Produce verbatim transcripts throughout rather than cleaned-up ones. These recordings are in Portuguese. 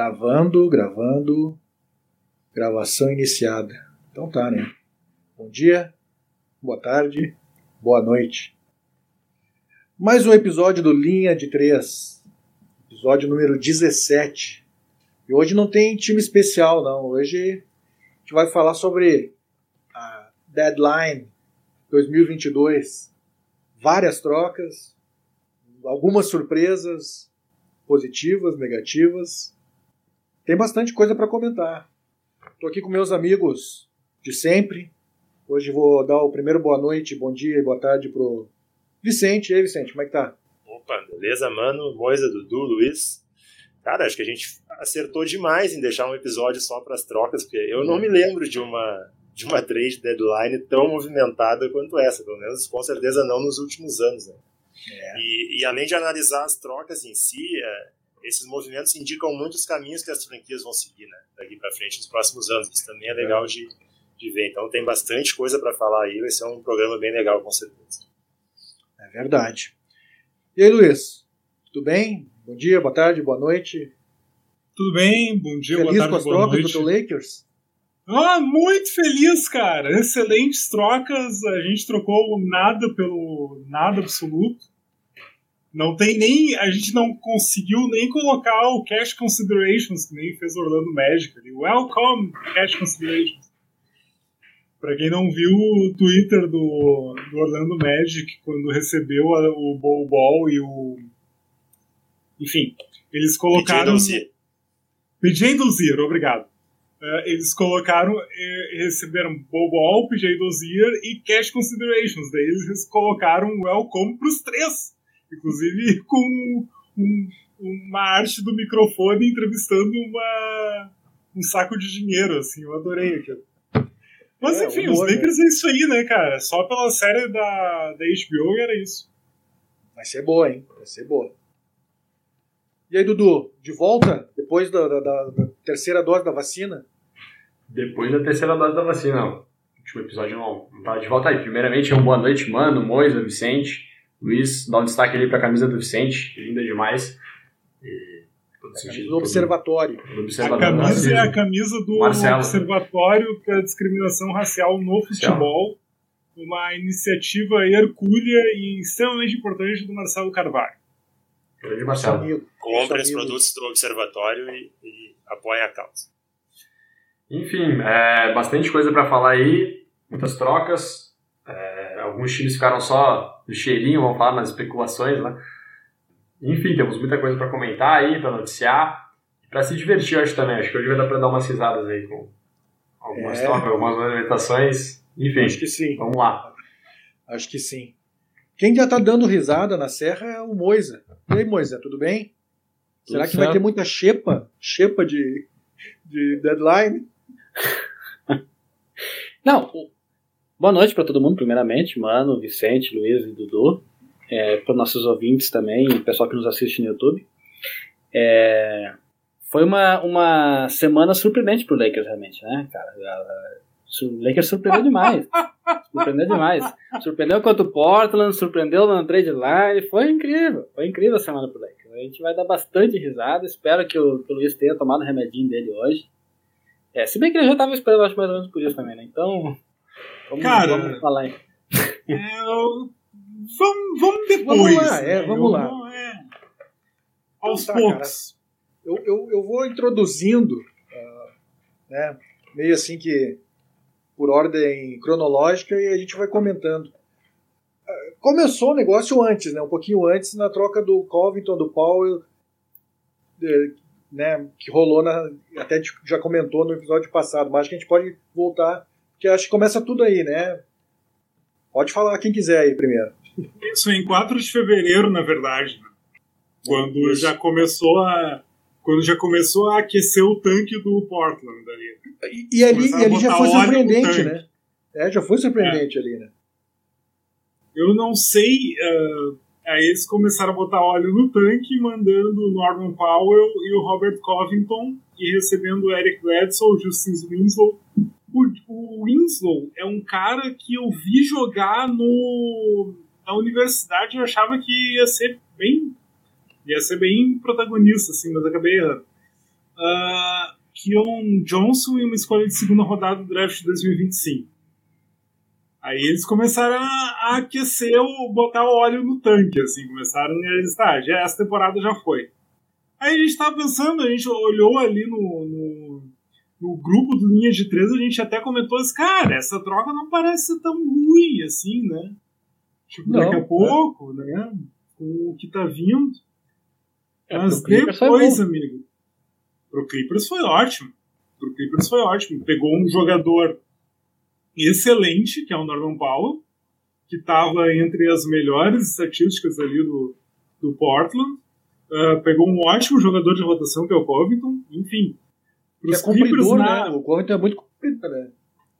Gravando, gravando, gravação iniciada. Então tá, né? Bom dia, boa tarde, boa noite. Mais um episódio do Linha de Três, episódio número dezessete. E hoje não tem time especial, não. Hoje a gente vai falar sobre a Deadline dois mil e vinte e dois. Várias trocas, algumas surpresas positivas, negativas. Tem bastante coisa para comentar. Estou aqui com meus amigos de sempre. Hoje vou dar o primeiro boa noite, bom dia e boa tarde pro Vicente. E aí, Vicente, como é que tá? Opa, beleza, mano? Moisa, Dudu, Luiz. Cara, acho que a gente acertou demais em deixar um episódio só para as trocas, porque eu não me lembro de uma, de uma trade deadline tão movimentada quanto essa, pelo menos com certeza não nos últimos anos, né? É. E, e além de analisar as trocas em si, é, esses movimentos indicam muitos caminhos que as franquias vão seguir, né, daqui para frente nos próximos anos. Isso também é legal é. De, de ver. Então tem bastante coisa para falar aí, vai ser um programa bem legal, com certeza. É verdade. E aí, Luiz? Tudo bem? Bom dia, boa tarde, boa noite. Tudo bem? Bom dia, feliz boa tarde, com as boa trocas noite. do teu Lakers? Ah, muito feliz, cara. Excelentes trocas. A gente trocou nada pelo nada absoluto. Não tem nem... A gente não conseguiu nem colocar o Cash Considerations, que nem fez o Orlando Magic ali. Welcome, Cash Considerations. Pra quem não viu o Twitter do, do Orlando Magic, quando recebeu a, o Bol Bol e o... Enfim, eles colocaram... P J Dozier, obrigado. Uh, eles colocaram, e receberam Bol Bol, P J Dozier e Cash Considerations. Daí eles colocaram Welcome pros três. Inclusive com um, uma arte do microfone entrevistando uma, um saco de dinheiro, assim. Eu adorei aquilo. Mas é, enfim, humor, os Lakers, né? É isso aí, né, cara? Só pela série da, da H B O era isso. Vai ser boa, hein? Vai ser boa. E aí, Dudu, de volta? Depois da, da, da terceira dose da vacina? Depois da terceira dose da vacina, não. O último episódio não, não tava de volta aí. Primeiramente, uma boa noite, mano, Moisa, Vicente, Luiz. Dá um destaque ali pra camisa do Vicente, linda demais. E... Sentido, do observatório. Do observatório. A camisa é a camisa do Marcelo. Observatório para a Discriminação Racial no Futebol, uma iniciativa hercúlea e extremamente importante do Marcelo Carvalho. Grande Marcelo. Compre os produtos do Observatório e, e apoie a causa. Enfim, é, bastante coisa para falar aí, muitas trocas. É, alguns times ficaram só do cheirinho, vamos falar nas especulações, né? Enfim, temos muita coisa para comentar aí, para noticiar, e para se divertir, eu acho também. Acho que hoje vai dar para dar umas risadas aí com algumas é. trocas, algumas movimentações. Enfim, acho que sim. Vamos lá. Acho que sim. Quem já tá dando risada na serra é o Moisa. E aí, Moisa, tudo bem? Tudo Será que certo. Vai ter muita xepa? Xepa de, de deadline? Não. Boa noite para todo mundo, primeiramente. Mano, Vicente, Luiz e Dudu. É, para os nossos ouvintes também, o pessoal que nos assiste no YouTube. É, foi uma, uma semana surpreendente pro Lakers, realmente, né, cara? O Lakers surpreendeu demais. Surpreendeu demais. Surpreendeu contra o Portland, surpreendeu no trade line. Foi incrível. Foi incrível a semana pro Lakers. A gente vai dar bastante risada. Espero que o, que o Luiz tenha tomado o remedinho dele hoje. É, se bem que ele já estava esperando, acho, mais ou menos por isso também, né? Então, vamos, cara, vamos falar aí. É, eu... Vamos, vamos depois. Vamos lá, é, vamos lá. Vou, é, aos então, tá, poucos. Eu, eu, eu vou introduzindo, uh, né, meio assim que por ordem cronológica, e a gente vai comentando. Uh, começou o negócio antes, né, um pouquinho antes, na troca do Covington, do Powell, de, né, que rolou, na, até a gente já comentou no episódio passado, mas acho que a gente pode voltar, porque acho que começa tudo aí, né? Pode falar quem quiser aí primeiro. Isso, em quatro de fevereiro, na verdade, né? Quando Isso. já começou a quando já começou a aquecer o tanque do Portland ali. E, e ali, e ali já foi surpreendente, né? É, já foi surpreendente é. ali, né? Eu não sei, uh, aí eles começaram a botar óleo no tanque, mandando o Norman Powell e o Robert Covington, e recebendo o Eric Bledsoe, o Justice Winslow. O, o Winslow é um cara que eu vi jogar no, na universidade e eu achava que ia ser bem ia ser bem protagonista, assim, mas acabei errando. uh, Keon Johnson e uma escolha de segunda rodada do draft de dois mil e vinte e cinco. Aí eles começaram a, a aquecer, o, botar o óleo no tanque, assim, começaram a dizer, tá, já, essa temporada já foi. Aí a gente tava pensando, a gente olhou ali no, no, no grupo do Linha de Três, a gente até comentou assim, cara, essa troca não parece ser tão ruim, assim, né? Tipo, não, daqui a pouco, é. né? Com o que tá vindo. É, Mas depois, amigo, pro Clippers foi ótimo. Pro Clippers foi ótimo. Pegou um jogador excelente, que é o Norman Powell, que estava entre as melhores estatísticas ali do, do Portland. Uh, pegou um ótimo jogador de rotação, que é o Covington. Enfim. Pros é Clippers, na... né? O Covington é muito comprido, né?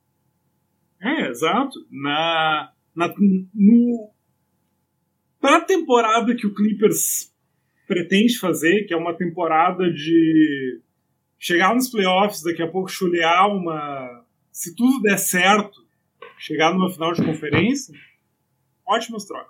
É, exato. Na, na, no... Para a temporada que o Clippers pretende fazer, que é uma temporada de chegar nos playoffs, daqui a pouco chulear uma... Se tudo der certo, chegar numa final de conferência, ótimas trocas.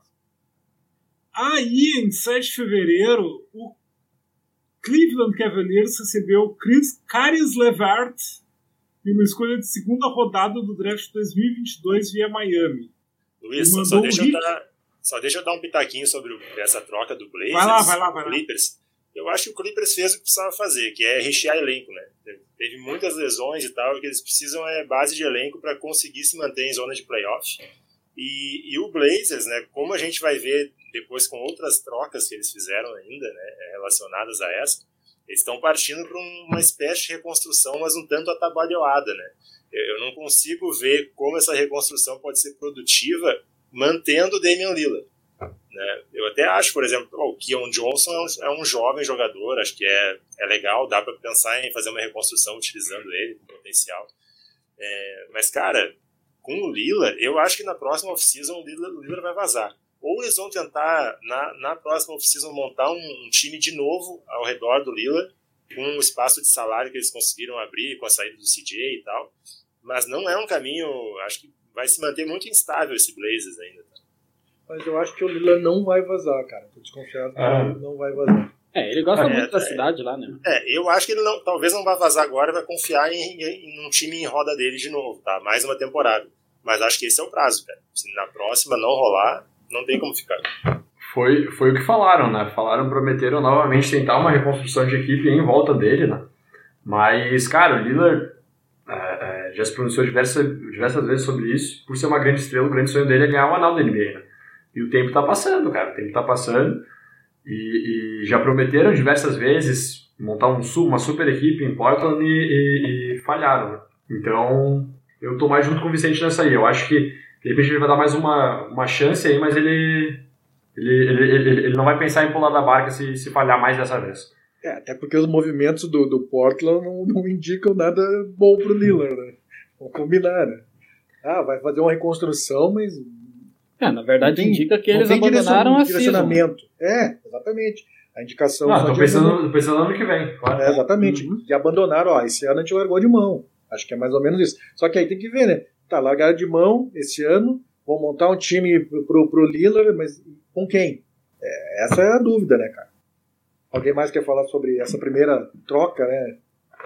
Aí, em sete de fevereiro, o Cleveland Cavaliers recebeu Chris Caris LeVert e uma escolha de segunda rodada do draft de dois mil e vinte e dois via Miami. Luiz, só deixa, eu dar, só deixa eu dar um pitaquinho sobre essa troca do Blazers. Vai lá, vai lá, vai lá. Clippers. Eu acho que o Clippers fez o que precisava fazer, que é rechear elenco, né? Teve muitas lesões e tal, e o que eles precisam é base de elenco para conseguir se manter em zona de playoff. E, e o Blazers, né, como a gente vai ver depois com outras trocas que eles fizeram ainda, né, relacionadas a essa, eles estão partindo para uma espécie de reconstrução, mas um tanto atabalhoada, né? Eu não consigo ver como essa reconstrução pode ser produtiva mantendo o Damian Lillard. Né? Eu até acho, por exemplo, oh, o Keon Johnson é um, é um jovem jogador, acho que é, é legal, dá para pensar em fazer uma reconstrução utilizando ele com potencial. É, mas, cara, com o Lillard, eu acho que na próxima off-season o Lillard, o Lillard vai vazar. Ou eles vão tentar, na, na próxima off-season, montar um, um time de novo ao redor do Lillard, com o espaço de salário que eles conseguiram abrir com a saída do C J e tal. Mas não é um caminho, acho que vai se manter muito instável esse Blazers ainda. Tá? Mas eu acho que o Lillard não vai vazar, cara. Tô desconfiado que ah. ele não vai vazar. É, ele gosta é, muito da é, cidade lá, né? É, eu acho que ele não, talvez não vai vazar agora, vai confiar em, em, em um time em roda dele de novo, tá? Mais uma temporada. Mas acho que esse é o prazo, cara. Se na próxima não rolar, não tem como ficar. Foi, foi o que falaram, né? Falaram, prometeram novamente tentar uma reconstrução de equipe em volta dele, né? Mas, cara, o Lillard é, é, já se pronunciou diversas, diversas vezes sobre isso. Por ser uma grande estrela, o grande sonho dele é ganhar o anel da N B A, né? E o tempo tá passando, cara. O tempo tá passando. E, e já prometeram diversas vezes montar um, uma super equipe em Portland e, e, e falharam, né? Então, eu tô mais junto com o Vicente nessa aí. Eu acho que, de repente, ele vai dar mais uma, uma chance aí, mas ele, ele, ele, ele, ele não vai pensar em pular da barca se, se falhar mais dessa vez. É, até porque os movimentos do, do Portland não, não indicam nada bom pro Lillard, né? Vamos combinar, né? Ah, vai fazer uma reconstrução, mas... É, na verdade tem, indica que eles abandonaram a direcionamento. É, exatamente. A indicação... Ah, tô pensando, tô pensando no ano que vem. Claro. É, exatamente. Uhum. E abandonaram, ó, esse ano a gente largou de mão. Acho que é mais ou menos isso. Só que aí tem que ver, né? Tá, largaram de mão esse ano, vão montar um time pro, pro Lillard, mas com quem? É, essa é a dúvida, né, cara? Alguém mais quer falar sobre essa primeira troca, né?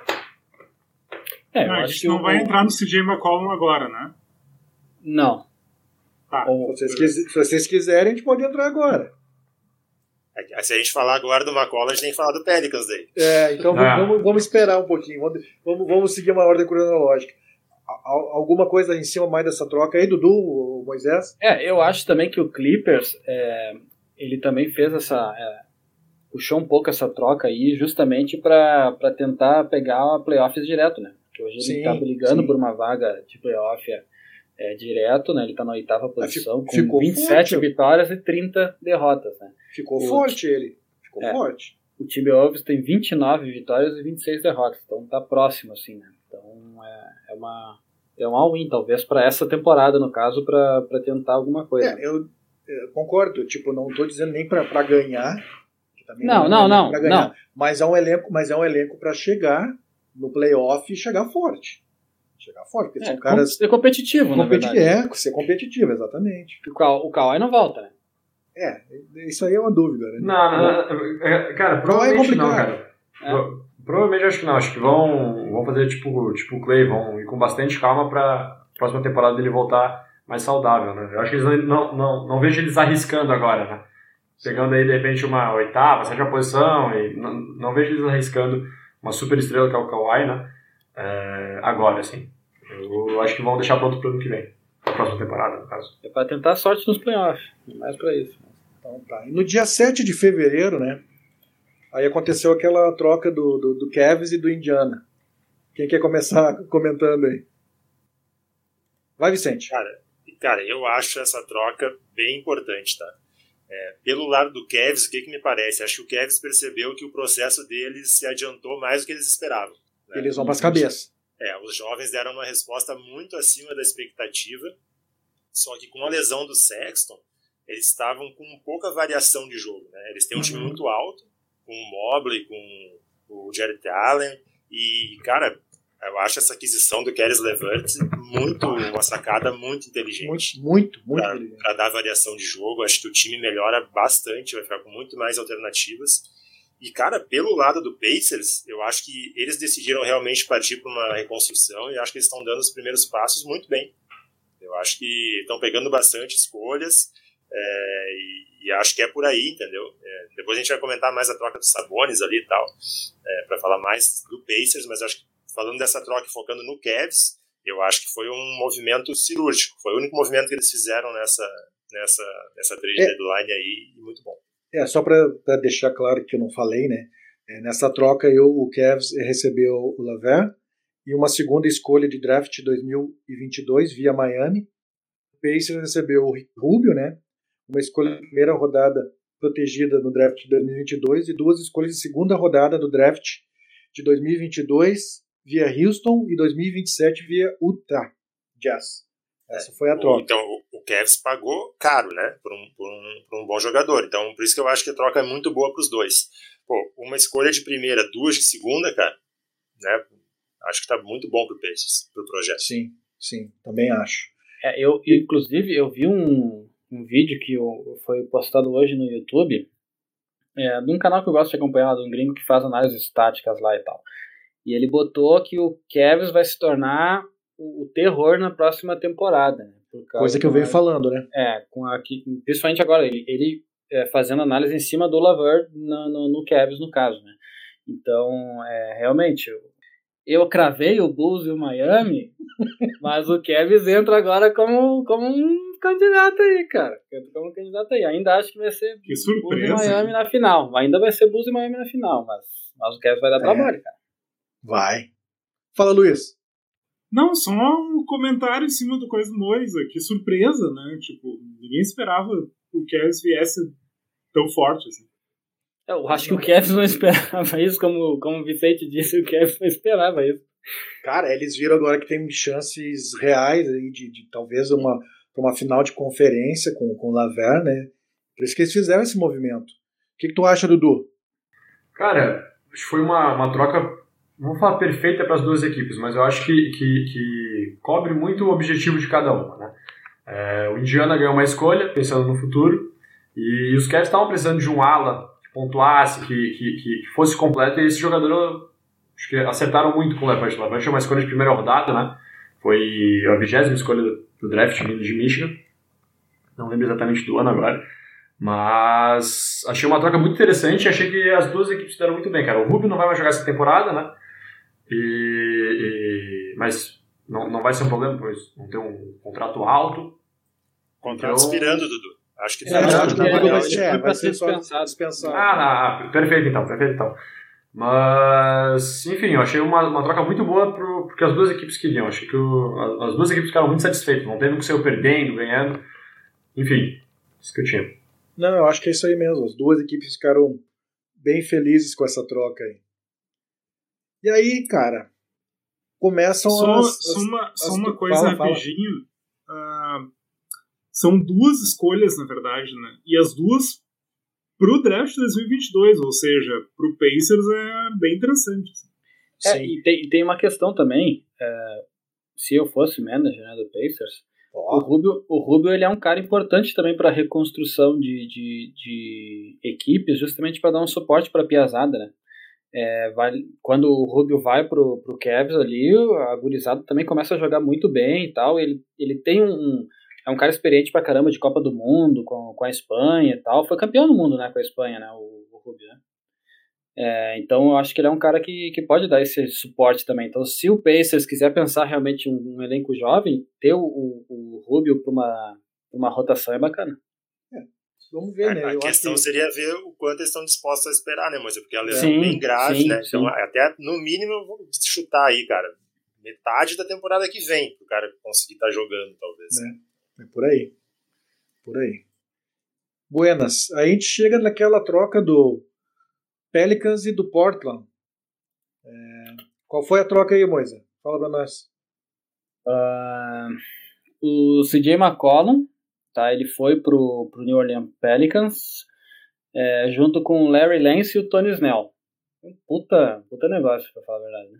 É, não, a gente não eu... vai entrar no C J McCollum agora, né? Não. Tá. Se vocês, quis, se vocês quiserem, a gente pode entrar agora. Se a gente falar agora do McCollum, a gente tem que falar do Pelicans daí. É, então ah. vamos, vamos esperar um pouquinho. Vamos, vamos, vamos seguir uma ordem cronológica. Alguma coisa em cima mais dessa troca aí, Dudu, ou Moisés? É, eu acho também que o Clippers, é, ele também fez essa... É, puxou um pouco essa troca aí justamente para tentar pegar playoffs direto, né? Porque hoje sim, ele tá brigando sim. por uma vaga de playoff é, é, direto, né? Ele tá na oitava posição Ficou com vinte e sete forte. Vitórias e trinta derrotas, né? Ficou o forte ele. Ficou é, forte. O Timberwolves tem vinte e nove vitórias e vinte e seis derrotas, então tá próximo, assim, né? Então é, é uma... É um all-in, talvez, para essa temporada, no caso, para tentar alguma coisa. É, eu, eu concordo. Tipo, não tô dizendo nem para ganhar. Não, não, não, não, não. Mas é um elenco, mas é um elenco para chegar no playoff e chegar forte. Chegar forte, porque é, são caras... Ser competitivo, competi- na verdade. É, ser competitivo, exatamente. O Kawhi, o Kawhi não volta, né? É, isso aí é uma dúvida, né? Não, não, não cara, provavelmente não, cara. É. Provavelmente acho que não, acho que vão, vão fazer tipo, tipo o Clay, vão ir com bastante calma pra próxima temporada dele voltar mais saudável, né? Eu acho que eles não, não, não vejo eles arriscando agora, né? Pegando aí de repente uma oitava, sétima posição, e não, não vejo eles arriscando uma super estrela que é o Kawhi, né? É, agora, assim. Eu acho que vão deixar pronto pro ano que vem, pra próxima temporada, no caso. É pra tentar sorte nos playoffs, mais pra isso. Então tá. E no dia sete de fevereiro, né? Aí aconteceu aquela troca do, do, do Cavs e do Indiana. Quem quer começar comentando aí? Vai, Vicente. Cara, cara, eu acho essa troca bem importante, tá? É, pelo lado do Cavs, o que, que me parece? Acho que o Cavs percebeu que o processo deles se adiantou mais do que eles esperavam. Né? Eles vão para as cabeças. É, os jovens deram uma resposta muito acima da expectativa, só que com a lesão do Sexton, eles estavam com pouca variação de jogo. Né? Eles têm um time muito alto, com o Mobley, com o Jarrett Allen, e, cara, eu acho essa aquisição do Caris LeVert muito, uma sacada muito inteligente. Muito, muito, muito pra, inteligente. Para dar variação de jogo, acho que o time melhora bastante, vai ficar com muito mais alternativas. E, cara, pelo lado do Pacers, eu acho que eles decidiram realmente partir para uma reconstrução e acho que eles estão dando os primeiros passos muito bem. Eu acho que estão pegando bastante escolhas é, e, e acho que é por aí, entendeu? É, depois a gente vai comentar mais a troca dos Sabonis ali e tal, é, para falar mais do Pacers, mas acho que falando dessa troca e focando no Cavs, eu acho que foi um movimento cirúrgico. Foi o único movimento que eles fizeram nessa, nessa, nessa trade é. deadline aí, e muito bom. É, só para deixar claro que eu não falei, né? É, nessa troca, eu, o Cavs recebeu o LeVert e uma segunda escolha de draft dois mil e vinte e dois via Miami. O Pacers recebeu o Rubio, né? Uma escolha de primeira rodada protegida no draft de dois mil e vinte e dois e duas escolhas de segunda rodada do draft de dois mil e vinte e dois via Houston e dois mil e vinte e sete via Utah Jazz. Essa foi a troca. Então, o Cavs pagou caro, né? Por um, por, um, por um bom jogador. Então, por isso que eu acho que a troca é muito boa para os dois. Pô, uma escolha de primeira, duas de segunda, cara, né? Acho que tá muito bom pro Pacers, pro projeto. Sim, sim, também acho. É, eu, inclusive, eu vi um, um vídeo que eu, foi postado hoje no YouTube, é, de um canal que eu gosto de acompanhar, de um gringo que faz análises estáticas lá e tal. E ele botou que o Cavs vai se tornar o, o terror na próxima temporada. Né? Coisa que eu venho falando, né? É, com a, principalmente agora, ele, ele é, fazendo análise em cima do LeVert no, no, no Cavs, no caso, né? Então, é, realmente, eu, eu cravei o Bulls e o Miami, mas o Cavs entra agora como, como um candidato aí, cara. Entra como um candidato aí. Ainda acho que vai ser que surpresa, Bulls e Miami na final. Ainda vai ser Bulls e Miami na final, mas, mas o Cavs vai dar é. trabalho, cara. Vai. Fala, Luiz. Não, só um comentário em cima do coisa do Moisa. Que surpresa, né? Tipo, ninguém esperava que o Cavs viesse tão forte assim. Eu acho que o Cavs não esperava isso, como, como o Vicente disse, o Cavs não esperava isso. Cara, eles viram agora que tem chances reais aí de, de talvez uma, uma final de conferência com, com o LeVert, né? Por isso que eles fizeram esse movimento. O que, que tu acha, Dudu? Cara, acho que foi uma, uma troca, não vou falar perfeita para as duas equipes, mas eu acho que, que, que cobre muito o objetivo de cada uma, né? É, o Indiana ganhou uma escolha, pensando no futuro, e os Cavs estavam precisando de um ala que pontuasse, que, que, que fosse completo, e esse jogador, acho que acertaram muito com o LeVert. O LeVert é uma escolha de primeira rodada, né? Foi a vigésima escolha do draft vindo de Michigan, não lembro exatamente do ano agora, mas achei uma troca muito interessante e achei que as duas equipes deram muito bem, cara. O Rubio não vai mais jogar essa temporada, né? E, e, mas não, não vai ser um problema, pois não tem um contrato alto. Contrato então, expirando, Dudu. Acho que é, tá acho que vai, vai, ser, vai ser dispensado. dispensado. Ah, não, perfeito então, perfeito então. Mas, enfim, eu achei uma, uma troca muito boa pro, porque as duas equipes queriam. Achei que o, as duas equipes ficaram muito satisfeitas. Não teve que ser eu perdendo, ganhando. Enfim, isso que eu tinha. Não, eu acho que é isso aí mesmo. As duas equipes ficaram bem felizes com essa troca aí. E aí, cara, começam só, as... Só as, uma, as, só uma as, coisa fala, rapidinho. Fala. Uh, são duas escolhas, na verdade, né? E as duas pro draft de dois mil e vinte e dois, ou seja, pro Pacers é bem interessante. É, e, tem, e tem uma questão também, é, se eu fosse manager, né, do Pacers, oh. o Rubio, o Rubio ele é um cara importante também para a reconstrução de, de, de equipes, justamente para dar um suporte para a piazada, né? É, vai, quando o Rubio vai pro, pro Cavs ali, a gurizada também começa a jogar muito bem e tal. Ele, ele tem um, é um cara experiente pra caramba de Copa do Mundo com, com a Espanha e tal. Foi campeão do mundo, né, com a Espanha, né, o, o Rubio, né? É, então eu acho que ele é um cara que, que pode dar esse suporte também. Então, se o Pacers quiser pensar realmente um, um elenco jovem, ter o, o, o Rubio para uma, uma rotação é bacana. Vamos ver, né? A, a Eu questão acho que... seria ver o quanto eles estão dispostos a esperar, né, Moisés? Porque a lesão Sim, é bem grave, sim, né? sim. Então, até no mínimo, eu vou chutar aí, cara, metade da temporada que vem, pro cara conseguir estar jogando, talvez. É, é por aí. Por aí. Buenas. Aí a gente chega naquela troca do Pelicans e do Portland. É... Qual foi a troca aí, Moisés? Fala pra nós. Uh, o C J McCollum, tá, ele foi pro, pro New Orleans Pelicans, é, junto com o Larry Nance e o Tony Snell. Puta, puta negócio, pra falar a verdade, né?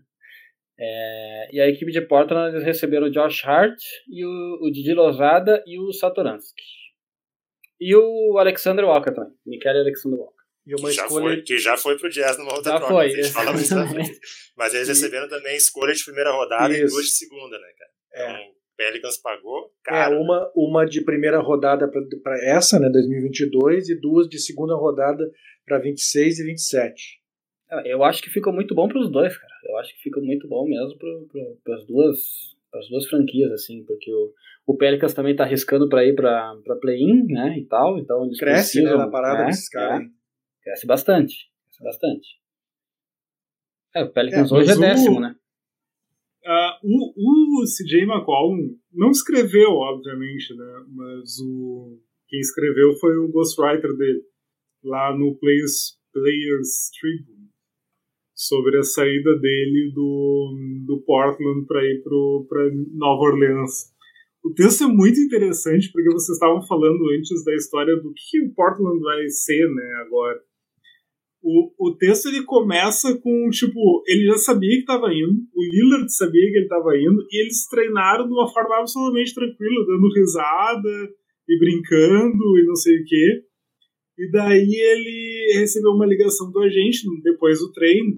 É, e a equipe de Portland, eles receberam o Josh Hart, e o, o Didi Lozada e o Satoransky. E o Alexander Walker também, Michael Alexander Walker. E uma que, já escolha... foi, que já foi pro Jazz numa outra já troca. Foi, a gente fala muito na frente. Mas eles receberam também escolha de primeira rodada Isso. e duas de segunda, né, cara? Então, é. o Pelicans pagou, cara. É, uma, uma de primeira rodada para essa, né, dois mil e vinte e dois, e duas de segunda rodada para vinte e seis e vinte e sete. Eu acho que ficou muito bom para os dois, cara. Eu acho que ficou muito bom mesmo para as duas, as duas franquias, assim, porque o, o Pelicans também tá arriscando para ir para play-in, né, e tal, então eles cresce, precisam, né, na parada né, desses caras. É, cresce bastante, cresce bastante. É, o Pelicans é, hoje é o, décimo, né? Uh, o, o C J McCollum não escreveu, obviamente, né, mas o, quem escreveu foi o ghostwriter dele, lá no Players, Players Tribune, sobre a saída dele do, do Portland para ir para Nova Orleans. O texto é muito interessante porque vocês estavam falando antes da história do que o Portland vai ser, né, agora. O, o texto ele começa com, tipo, ele já sabia que estava indo, o Lillard sabia que ele estava indo, e eles treinaram de uma forma absolutamente tranquila, dando risada e brincando e não sei o quê. E daí ele recebeu uma ligação do agente depois do treino,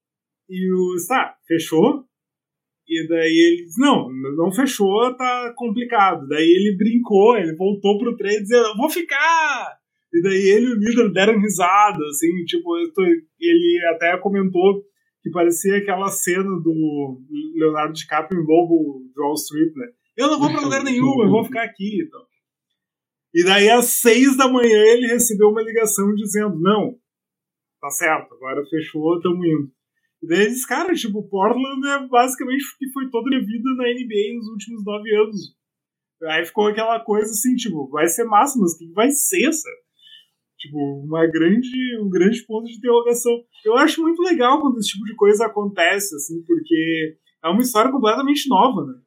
e o tá, fechou? E daí ele disse, não, não fechou, tá complicado. Daí ele brincou, ele voltou pro treino dizendo, vou ficar! E daí ele e o líder deram risada, assim, tipo, eu tô, ele até comentou que parecia aquela cena do Leonardo DiCaprio em Lobo de Wall Street, né? Eu não vou pra lugar nenhum, eu vou ficar aqui. Então. E daí às seis da manhã ele recebeu uma ligação dizendo, não, tá certo, agora fechou, tamo indo. E daí ele disse, cara, tipo, Portland é basicamente o que foi toda a minha vida na N B A nos últimos nove anos. Aí ficou aquela coisa assim, tipo, vai ser massa, mas o que vai ser, sabe? Tipo, uma grande, um grande ponto de interrogação. Eu acho muito legal quando esse tipo de coisa acontece, assim, porque é uma história completamente nova, né?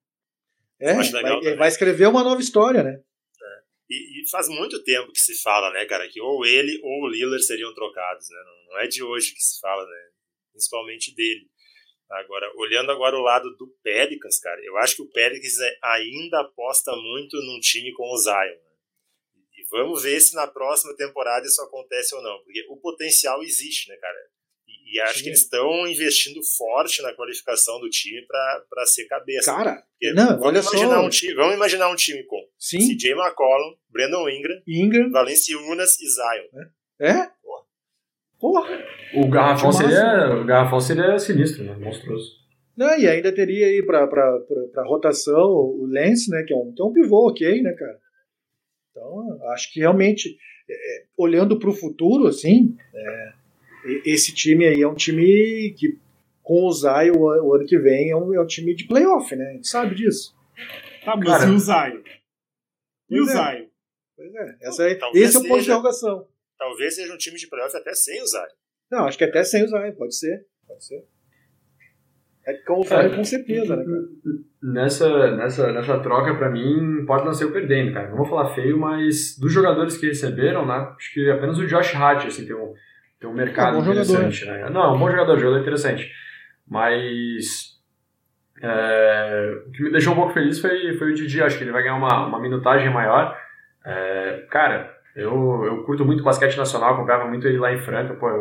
É, vai, vai escrever uma nova história, né? É. E, e faz muito tempo que se fala, né, cara, que ou ele ou o Lillard seriam trocados, né? Não, não é de hoje que se fala, né? Principalmente dele. Agora, olhando agora o lado do Pelicans, cara, eu acho que o Pelicans ainda aposta muito num time com o Zion, né? Vamos ver se na próxima temporada isso acontece ou não. Porque o potencial existe, né, cara? E, e acho Sim. que eles estão investindo forte na qualificação do time para ser cabeça. Cara, não, vamos, olha imaginar só. Um time, vamos imaginar um time com Sim. C J McCollum, Brandon Ingram, Ingram. Valanciunas e Zion. É? é? Porra. Porra. O garrafão, seria, o garrafão seria sinistro, né? Monstruoso. Não, e ainda teria aí para rotação o Lance, né? Que é um, que é um pivô, ok, né, cara? Então, acho que realmente, é, olhando para o futuro, assim, é, esse time aí é um time que, com o Zion, o, o ano que vem, é um, é um time de playoff, né? A gente sabe disso. Tá, mas Cara, e o Zion? E o Zion? É. Pois é, essa aí, esse é o ponto de interrogação. Talvez seja um time de playoff até sem o Zion. Não, acho que até sem o Zion, pode ser, pode ser. É com o Zion é, com certeza, né, cara? Nessa, nessa, nessa troca, pra mim, Portland saiu perdendo, cara. Não vou falar feio, mas dos jogadores que receberam, né, acho que apenas o Josh Hart, assim, tem um, tem um mercado é um interessante, jogador. né? Não, um bom jogador, jogador interessante. Mas é, o que me deixou um pouco feliz foi, foi o Didi, acho que ele vai ganhar uma, uma minutagem maior. É, cara, eu, eu curto muito basquete nacional, acompanhava muito ele lá em Franca, pô, eu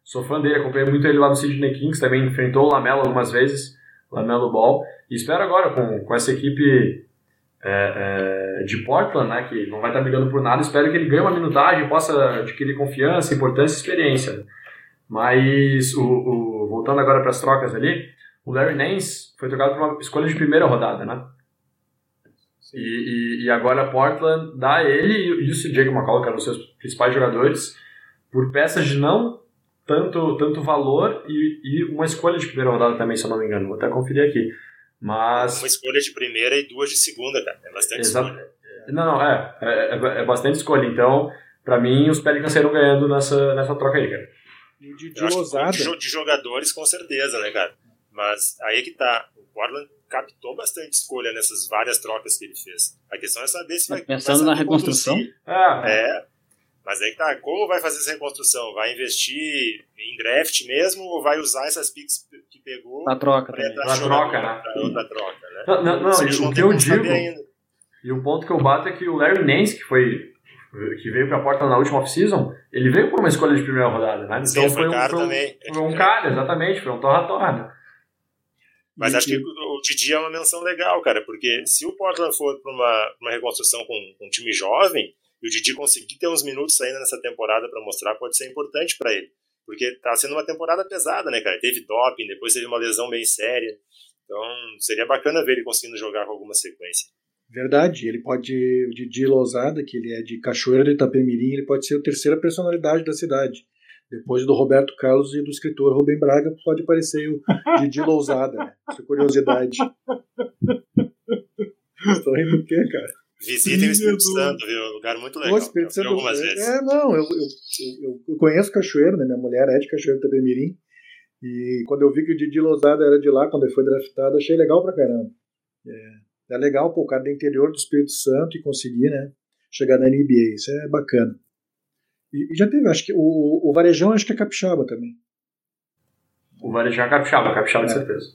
Sou fã dele, acompanhei muito ele lá no Sydney Kings, também enfrentou o Lamelo algumas vezes, Lamelo Ball, e espero agora com, com essa equipe é, é, de Portland, né, que não vai estar brigando por nada, espero que ele ganhe uma minutagem, possa adquirir confiança, importância e experiência. Mas, o, o, voltando agora para as trocas ali, o Larry Nance foi trocado por uma escolha de primeira rodada, né? E, e, e agora Portland dá ele e o Jake McCall, que eram os seus principais jogadores, por peças de não tanto, tanto valor e, e uma escolha de primeira rodada também, se eu não me engano. Vou até conferir aqui. Mas... Uma escolha de primeira e duas de segunda, cara. É bastante Exato. escolha. Não, não, é, é, é bastante escolha. Então, pra mim, os Pelicans saíram ganhando nessa, nessa troca aí, cara. E de, de Eu acho que ousada. de, de jogadores, com certeza, né, cara? Mas aí é que tá. O Portland captou bastante escolha nessas várias trocas que ele fez. A questão é saber se vai... Pensando vai na reconstrução? Ah, É, mas aí que tá. Como vai fazer essa reconstrução? Vai investir em draft mesmo ou vai usar essas picks que pegou Na troca pra também. entrar Na jogador troca, né? pra outra troca, né? Não, não, não, Isso a e gente o não que tem eu como saber digo, ainda. e o ponto que eu bato é que o Larry Nance, que foi que veio pra Portland na última off-season, ele veio por uma escolha de primeira rodada, né? Então Sim, foi foi um, caro foi um, também. foi um cara, exatamente, foi um torra-torra, né? Mas E- acho que e- o Didi é uma menção legal, cara, porque se o Portland for para uma, uma reconstrução com, com um time jovem, e o Didi conseguir ter uns minutos ainda nessa temporada para mostrar, pode ser importante para ele. Porque tá sendo uma temporada pesada, né, cara? Teve doping, depois teve uma lesão bem séria. Então seria bacana ver ele conseguindo jogar com alguma sequência. Verdade, ele pode, o Didi Lousada, que ele é de Cachoeira de Itapemirim, ele pode ser a terceira personalidade da cidade. Depois do Roberto Carlos e do escritor Rubem Braga, pode aparecer o Didi Lousada, né? Essa curiosidade. Estou rindo do quê, cara? Visitem o Espírito Sim, Santo, viu? É um lugar muito legal. O Espírito Eu fui Santo. algumas vezes. É, não, eu, eu, eu, eu conheço Cachoeira, né? Minha mulher é de Cachoeira de Itapemirim. E quando eu vi que o Didi Lousada era de lá, quando ele foi draftado, achei legal pra caramba. É, é legal, pô, o cara do interior do Espírito Santo e conseguir, né, chegar na N B A. Isso é bacana. E, e já teve, acho que o, o Varejão acho que é capixaba também. O Varejão é capixaba, capixaba de É. certeza.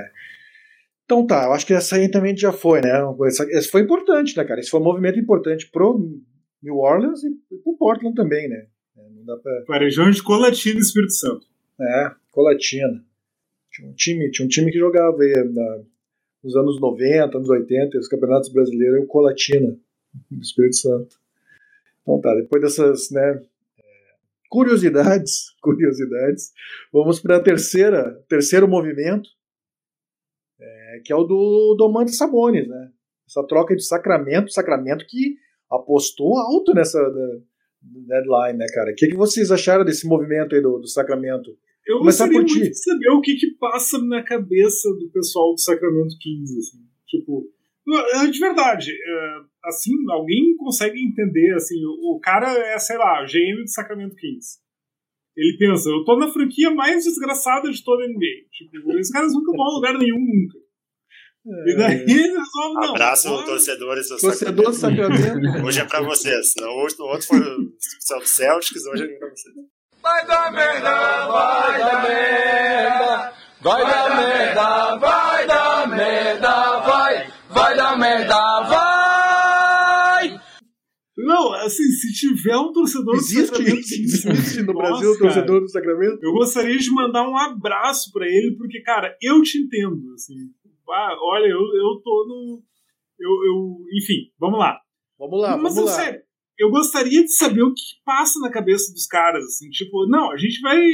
Então tá, eu acho que essa aí também já foi, né? Essa, essa foi importante, né, cara? Esse foi um movimento importante pro New Orleans e pro Portland também, né? Não dá pra... Varejão de Colatina e Espírito Santo. É, Colatina. Tinha um time, tinha um time que jogava aí na, nos anos noventa, anos oitenta, os campeonatos brasileiros, é o Colatina, do Espírito Santo. Então tá, depois dessas, né, curiosidades, curiosidades, vamos para a terceira, terceiro movimento, é, que é o do Domantas Sabonis, né? Essa troca de Sacramento, Sacramento que apostou alto nessa da, deadline, né, cara? O que, que vocês acharam desse movimento aí do, do Sacramento? Eu Começar gostaria por ti. muito de saber o que, que passa na cabeça do pessoal do Sacramento Kings, assim. Tipo, de verdade, é, assim, alguém consegue entender, assim, o, o cara é, sei lá, G M do Sacramento Kings. Ele pensa, eu tô na franquia mais desgraçada de toda a N B A. Tipo, esses caras nunca vão a lugar nenhum, nunca. E daí eles resolvem, não. Abraço, agora- torcedores do Torcedor do Sacramento. Sacramento. Hoje é pra vocês. Não, hoje, ontem foi o Celtics, hoje é pra vocês. Vai dar merda, vai dar merda, vai dar merda, vai dar merda, vai, vai dar merda, vai! Não, assim, se tiver um torcedor do Existe, Sacramento Kings, existe no nossa, Brasil o cara, torcedor do Sacramento? eu gostaria de mandar um abraço pra ele, porque, cara, eu te entendo, assim. Ah, olha, eu, eu tô no... Eu, eu, enfim, vamos lá. Vamos lá, Mas, vamos eu, lá. sério, eu gostaria de saber o que passa na cabeça dos caras, assim, tipo, não, a gente vai...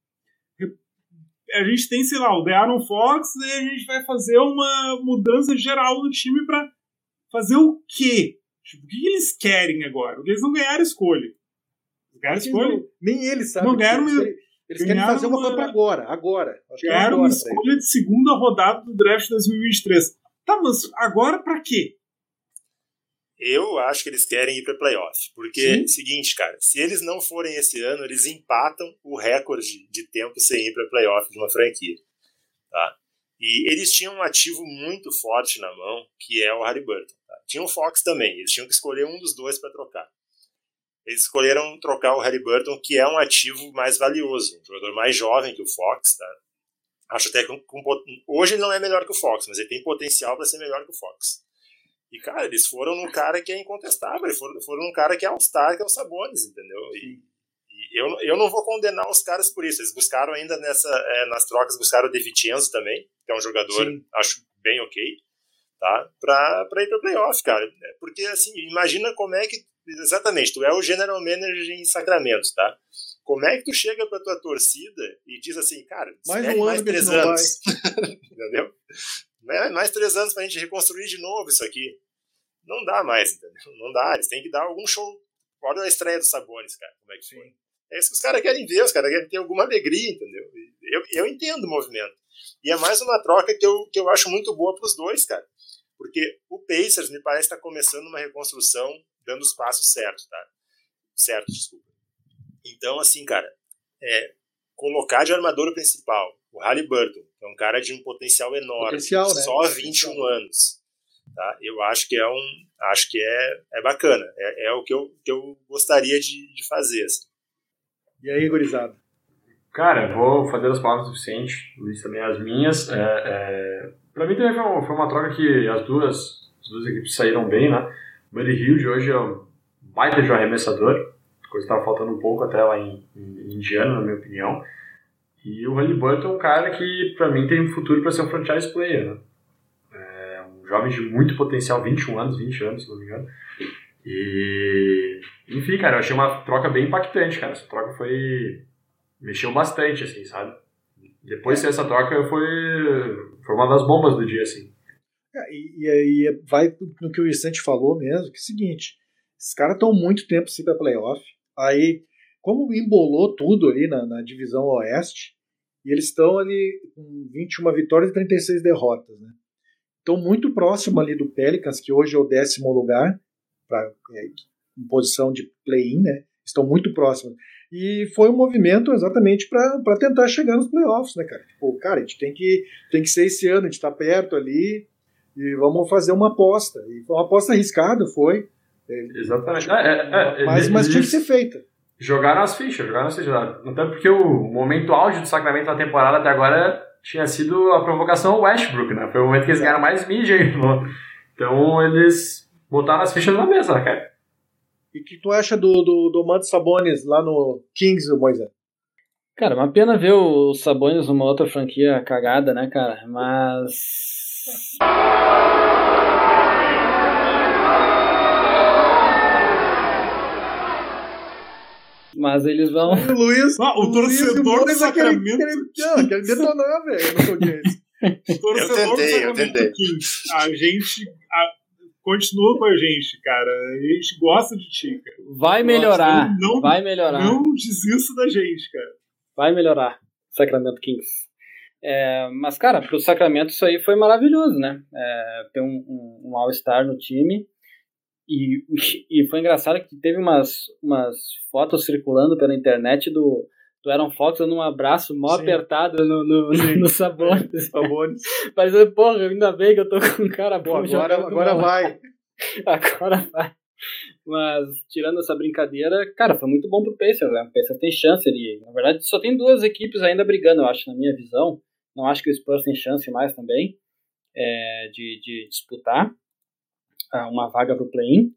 A gente tem, sei lá, o De'Aaron Fox, e a gente vai fazer uma mudança geral no time pra fazer o quê? Tipo, o que eles querem agora? Porque eles não ganharam escolha. Eles ganharam Eles escolha? não- nem eles sabem. Não, o que ganharam eles uma- querem, eles querem ganharam fazer uma uma- coisa pra agora, agora. Acho que é Ganharam agora uma pra eles. escolha de segunda rodada do draft dois mil e vinte e três. Tá, mas agora pra quê? Eu acho que eles querem ir para playoff, porque Sim. seguinte, cara, se eles não forem esse ano, eles empatam o recorde de tempo sem ir para playoff de uma franquia, tá? E eles tinham um ativo muito forte na mão, que é o Haliburton. Tá? Tinha o Fox também, eles tinham que escolher um dos dois para trocar. Eles escolheram trocar o Haliburton, que é um ativo mais valioso, um jogador mais jovem que o Fox, tá? Acho até que com, com, hoje ele não é melhor que o Fox, mas ele tem potencial para ser melhor que o Fox. E, cara, eles foram num cara que é incontestável, eles foram, foram num cara que é All-Star, que é o Sabonis, entendeu? E, e eu, eu não vou condenar os caras por isso. Eles buscaram ainda nessa, é, nas trocas, buscaram o De Vincenzo também, que é um jogador, Sim. acho bem ok, tá? Pra, pra ir pro playoff, cara. Porque, assim, imagina como é que, exatamente, tu é o general manager em Sacramento, tá? Como é que tu chega pra tua torcida e diz assim, cara, mais um ano mais três anos, entendeu? Mais três anos pra gente reconstruir de novo isso aqui. Não dá mais, entendeu? Não dá, eles têm que dar algum show. Olha a estreia dos Sabonis, cara, como é que foi. É isso que os caras querem ver, os caras querem ter alguma alegria, entendeu? Eu, eu entendo o movimento. E é mais uma troca que eu, que eu acho muito boa pros dois, cara. Porque o Pacers me parece estar tá começando uma reconstrução, dando os passos certos, tá? Certo, desculpa. Então, assim, cara, é, colocar de armador principal o Haliburton, que é um cara de um potencial enorme, potencial, né? só vinte e um anos, tá? Eu acho que é um, acho que é, é bacana, é, é o que eu, que eu gostaria de, de fazer. Assim. E aí, gurizada? Cara, vou fazer as palavras do Vicente, Luiz também as minhas. É, é, pra mim também foi uma, foi uma troca que as duas, as duas equipes saíram bem, né? O Buddy Hield hoje é um baita de um arremessador, coisa que estava faltando um pouco até lá em, em Indiana, na minha opinião. E o Haliburton é um cara que, pra mim, tem um futuro para ser um franchise player, né? É um jovem de muito potencial, vinte e um anos, vinte anos, se não me engano. E, enfim, cara, eu achei uma troca bem impactante, cara. Essa troca foi... mexeu bastante, assim, sabe? Depois dessa troca foi, foi uma das bombas do dia, assim. É, e aí vai no que o Vicente falou mesmo, que é o seguinte, esses caras estão muito tempo sem ir pra playoff, aí, como embolou tudo ali na, na divisão oeste, e eles estão ali com vinte e uma vitórias e trinta e seis derrotas, né? Estão muito próximo ali do Pelicans, que hoje é o décimo lugar, pra, é, em posição de play-in, né? Estão muito próximos. E foi um movimento exatamente para tentar chegar nos playoffs, né, cara? Tipo, cara, a gente tem que, tem que ser esse ano, a gente tá perto ali e vamos fazer uma aposta. E foi uma aposta arriscada, foi. Exatamente. Tipo, é, é, é, mas, eles, mas tinha que ser feita. Jogaram as fichas, jogaram as fichas. Até porque o momento auge do Sacramento na temporada até agora tinha sido a provocação ao Westbrook, né? Foi o momento que eles ganharam mais mídia aí. Então eles botaram as fichas na mesa, cara. E o que tu acha do, do, do Domantas Sabonis lá no Kings, Moisés? Cara, uma pena ver o Sabonis numa outra franquia cagada, né, cara? Mas... Mas eles vão... O Luiz... Ah, o torcedor do Sacramento... Não, quer detonar, velho, não sou disso. O torcedor do Sacramento Kings. A gente... A... Continua com a gente, cara. A gente gosta de ti, cara. Vai melhorar. Não, vai melhorar. Não desista da gente, cara. Vai melhorar. Sacramento Kings. É, mas, cara, pro Sacramento isso aí foi maravilhoso, né? É, ter um, um, um All-Star no time. E, e foi engraçado que teve umas, umas fotos circulando pela internet do, do Aaron Fox dando um abraço mó Sim. apertado no, no, no, no Sabonis. Sabonis. Mas, porra, ainda bem que eu tô com um cara bom. Pô, agora agora vai. Agora vai. Mas, tirando essa brincadeira, cara, foi muito bom pro Pacers, né? O Pacers tem chance ali. Na verdade, só tem duas equipes ainda brigando, eu acho, na minha visão. Não acho que o Spurs tem chance mais também é, de, de disputar uma vaga pro play-in.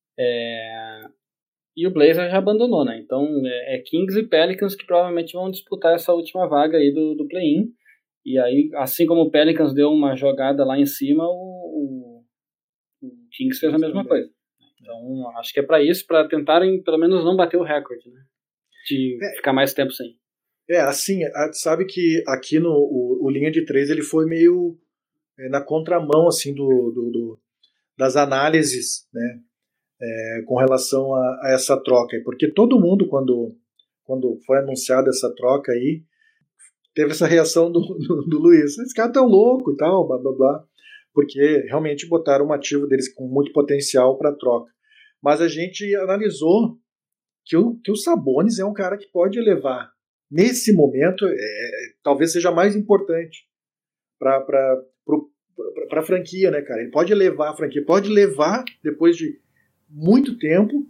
É... E o Blazers já abandonou, né? Então é Kings e Pelicans que provavelmente vão disputar essa última vaga aí do, do play-in. E aí, assim como o Pelicans deu uma jogada lá em cima, o, o, o Kings fez a mesma coisa. Então acho que é para isso, para tentarem pelo menos não bater o recorde, né? De é, ficar mais tempo sem. É, assim, sabe que aqui no o, o linha de três ele foi meio é, na contramão assim do, do, do das análises, né? É, com relação a, a essa troca, porque todo mundo, quando, quando foi anunciada essa troca aí, teve essa reação do, do, do Luiz, esse cara tão louco e tal, blá blá blá, porque realmente botaram um ativo deles com muito potencial para troca. Mas a gente analisou que o, que o Sabonis é um cara que pode levar, nesse momento, é, talvez seja mais importante para para a franquia, né, cara? Ele pode levar a franquia, pode levar, depois de muito tempo,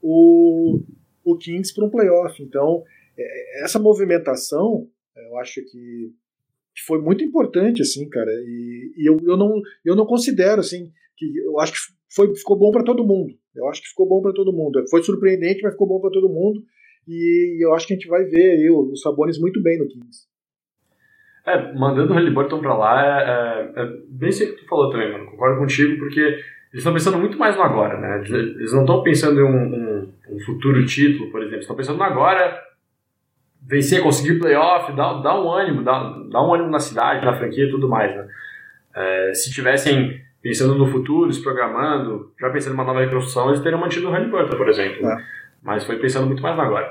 o, o Kings para um playoff. Então, é, essa movimentação, eu acho que, que foi muito importante, assim, cara, e, e eu, eu, não, eu não considero, assim, que eu acho que foi, ficou bom para todo mundo. Eu acho que ficou bom para todo mundo. Foi surpreendente, mas ficou bom para todo mundo. e eu acho que a gente vai ver aí o, o Sabonis muito bem no Kings. É, mandando o Haliburton pra lá, é, é, é bem isso que tu falou também, mano. Concordo contigo, porque eles estão pensando muito mais no agora, né? Eles, eles não estão pensando em um, um, um futuro título, por exemplo. Estão pensando no agora, vencer, conseguir playoff, dar, dar um ânimo, dar, dar um ânimo na cidade, na franquia e tudo mais, né? É, se tivessem pensando no futuro, se programando, já pensando em uma nova reconstrução, eles teriam mantido o Haliburton, por exemplo. É. Né? Mas foi pensando muito mais no agora.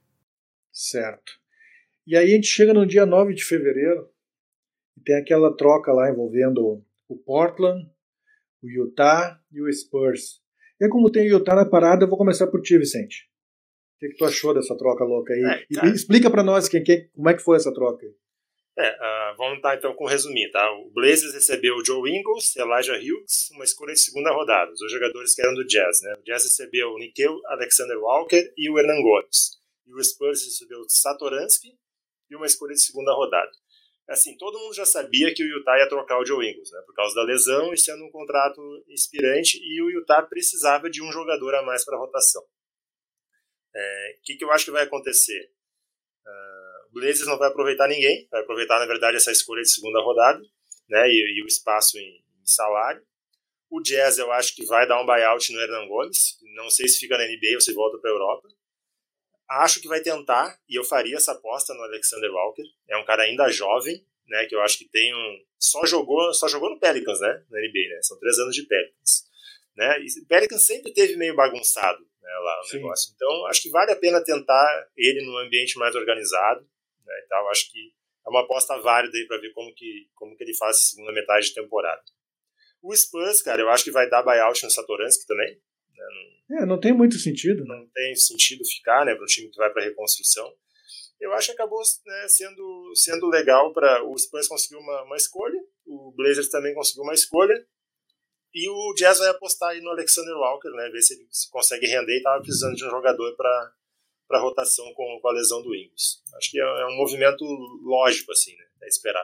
Certo. E aí a gente chega no dia nove de fevereiro e tem aquela troca lá envolvendo o Portland, o Utah e o Spurs. E aí, como tem o Utah na parada, eu vou começar por ti, Vicente. O que, que tu achou dessa troca louca aí? É, e, explica pra nós quem, quem, como é que foi essa troca aí. É, uh, vamos estar então com um resuminho, tá? O Blazers recebeu o Joe Ingles, Elijah Hughes, uma escolha de segunda rodada, os dois jogadores que eram do Jazz, né? O Jazz recebeu o Nickeil Alexander Walker e o Hernan Gomes. E o Spurs recebeu o Satoransky e uma escolha de segunda rodada. Assim, todo mundo já sabia que o Utah ia trocar o Joe Ingles, né? Por causa da lesão e sendo um contrato expirante, e o Utah precisava de um jogador a mais para a rotação. O é, que, que eu acho que vai acontecer? Uh, o Blazers não vai aproveitar ninguém, vai aproveitar, na verdade, essa escolha de segunda rodada, né? E, e o espaço em, em salário. O Jazz, eu acho que vai dar um buyout no Hernan Gomes, não sei se fica na N B A ou se volta para a Europa. Acho que vai tentar, e eu faria essa aposta no Alexander Walker. É um cara ainda jovem, né, que eu acho que tem um... Só jogou, só jogou no Pelicans, né, na N B A, né? São três anos de Pelicans. Né? E o Pelicans sempre teve meio bagunçado, né, lá o Sim. negócio. Então, acho que vale a pena tentar ele num ambiente mais organizado. Né, e tal. Acho que é uma aposta válida aí para ver como que, como que ele faz a segunda metade de temporada. O Spurs, cara, eu acho que vai dar buyout no Satoransky também. Não, é, não tem muito sentido. Não tem sentido ficar, né, para um time que vai para reconstrução. Eu acho que acabou, né, sendo, sendo legal para o Spurs conseguir uma, uma escolha, o Blazers também conseguiu uma escolha, e o Jazz vai apostar aí no Alexander Walker, né, ver se ele se consegue render, e estava precisando de um jogador para para rotação com, com a lesão do Ingles. Acho que é, é um movimento lógico, assim, né, é esperado.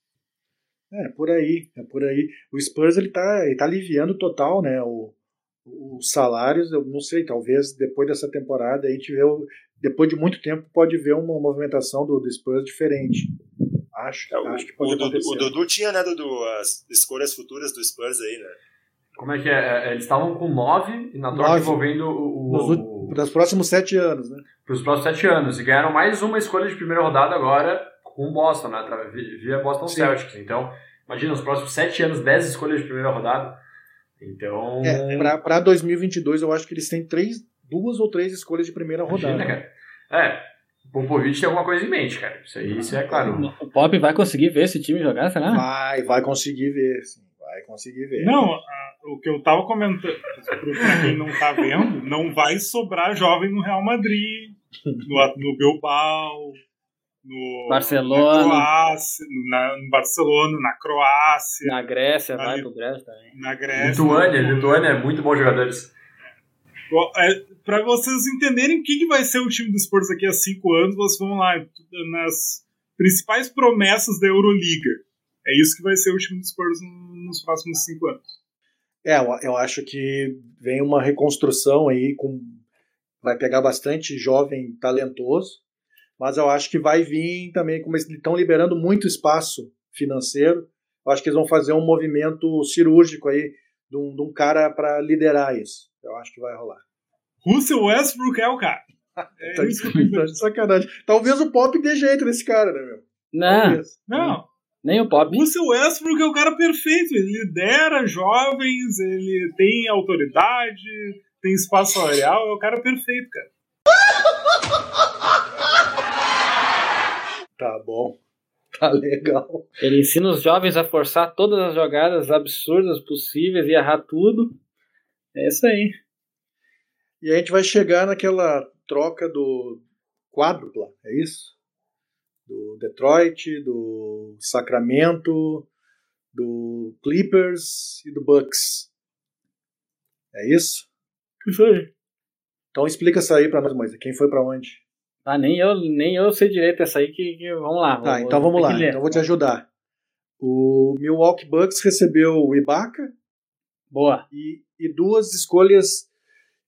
É, por aí, é por aí. O Spurs, ele tá, ele tá aliviando total, né, o os salários. Eu não sei, talvez depois dessa temporada a gente vê, depois de muito tempo, pode ver uma movimentação do, do Spurs diferente. Acho, é, acho que pode o Dudu, acontecer. O Dudu tinha, né, Dudu, as escolhas futuras do Spurs aí, né? Como é que é? Eles estavam com nove e na troca envolvendo o... o, o... Nos próximos sete anos, né? Para os próximos sete anos. E ganharam mais uma escolha de primeira rodada agora com o Boston, né? Via Boston Sim. Celtics. Então, imagina, os próximos sete anos, dez escolhas de primeira rodada. Então... É, para dois mil e vinte e dois, eu acho que eles têm três, duas ou três escolhas de primeira Imagina, rodada. Cara. É, o Popovich tem alguma coisa em mente, cara. Isso aí, isso é claro. O Pop vai conseguir ver esse time jogar, será? Vai, vai conseguir ver, sim. Vai conseguir ver. Não, a, o que eu tava comentando, pra quem não tá vendo, não vai sobrar jovem no Real Madrid, no, no Bilbao, no Barcelona, na Croácia, na, no Barcelona, na Croácia. Na Grécia, na, vai pro Grécia também. Na Grécia. Lituânia, Lituânia é muito bons jogadores. É, para vocês entenderem o que, que vai ser o time do Spurs daqui a cinco anos, vocês vão lá nas principais promessas da Euroliga. É isso que vai ser o time do Spurs nos próximos cinco anos. É, eu acho que vem uma reconstrução aí, com vai pegar bastante jovem talentoso, mas eu acho que vai vir também, como eles estão liberando muito espaço financeiro, eu acho que eles vão fazer um movimento cirúrgico aí de um, de um cara para liderar isso. Eu acho que vai rolar. Russell Westbrook é o cara. É tá, isso que tá de sacanagem. Talvez o Pop dê jeito nesse cara, né, meu? Não. Talvez. Não. Nem o Pop. Russell Westbrook é o cara perfeito. Ele lidera jovens, ele tem autoridade, tem espaço salarial, é o cara perfeito, cara. Tá bom. Tá legal. Ele ensina os jovens a forçar todas as jogadas absurdas possíveis e errar tudo. É isso aí. E a gente vai chegar naquela troca do quádrupla, é isso? Do Detroit, do Sacramento, do Clippers e do Bucks. É isso? Isso aí. Então explica isso aí pra nós, Moisés. Quem foi pra onde? Ah, nem eu, nem eu sei direito essa aí que, que vamos lá. Tá, vou, então vamos lá. Então eu vou te ajudar. O Milwaukee Bucks recebeu o Ibaka. Boa. E, e duas escolhas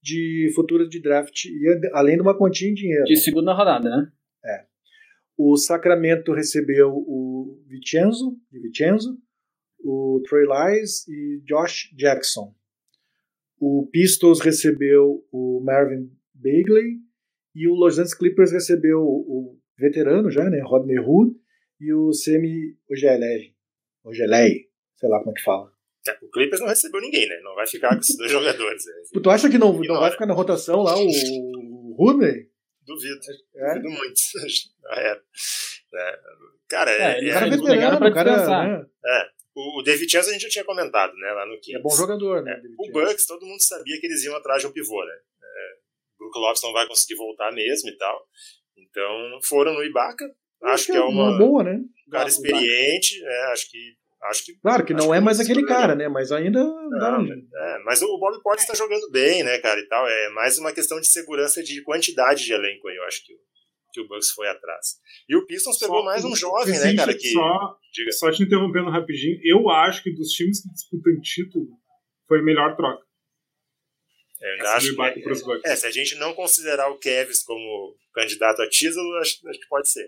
de futuras de draft, e além de uma quantia em dinheiro. De segunda rodada, né? É. O Sacramento recebeu o Vincenzo, de Vincenzo, o Trey Lyles e Josh Jackson. O Pistons recebeu o Marvin Bagley e o Los Angeles Clippers recebeu o veterano já, né, Rodney Hood, e o Semi Ojeleye, Ojeleye, sei lá como é que fala. É, o Clippers não recebeu ninguém, né? Não vai ficar com esses dois jogadores. Né? Tu acha que não, não vai ficar na rotação lá o Hood? Duvido. É? Duvido muito. é. É. Cara, é, é, ele é, cara é veterano, pra cara, né? é. O David Chance a gente já tinha comentado, né, lá no Kings. É bom jogador, né? É. O Bucks, todo mundo sabia que eles iam atrás de um pivô, né? É, Brook Lopes não vai conseguir voltar mesmo e tal. Então, foram no Ibaka. Acho, acho que é uma, uma boa, né? Um cara experiente. É, acho que Acho que, claro que não é mais aquele cara, né? Mas ainda dá um... é, mas o Bobby Portis está jogando bem, né, cara, e tal. É mais uma questão de segurança de quantidade de elenco aí, eu acho que o, que o Bucks foi atrás. E o Pistons pegou só, mais um jovem, Vicente, né, cara, que... Só, Diga. só te interrompendo rapidinho, eu acho que dos times que disputam título, foi a melhor troca. Eu ainda acho que, é, é, se a gente não considerar o Cavs como candidato a título, acho, acho que pode ser.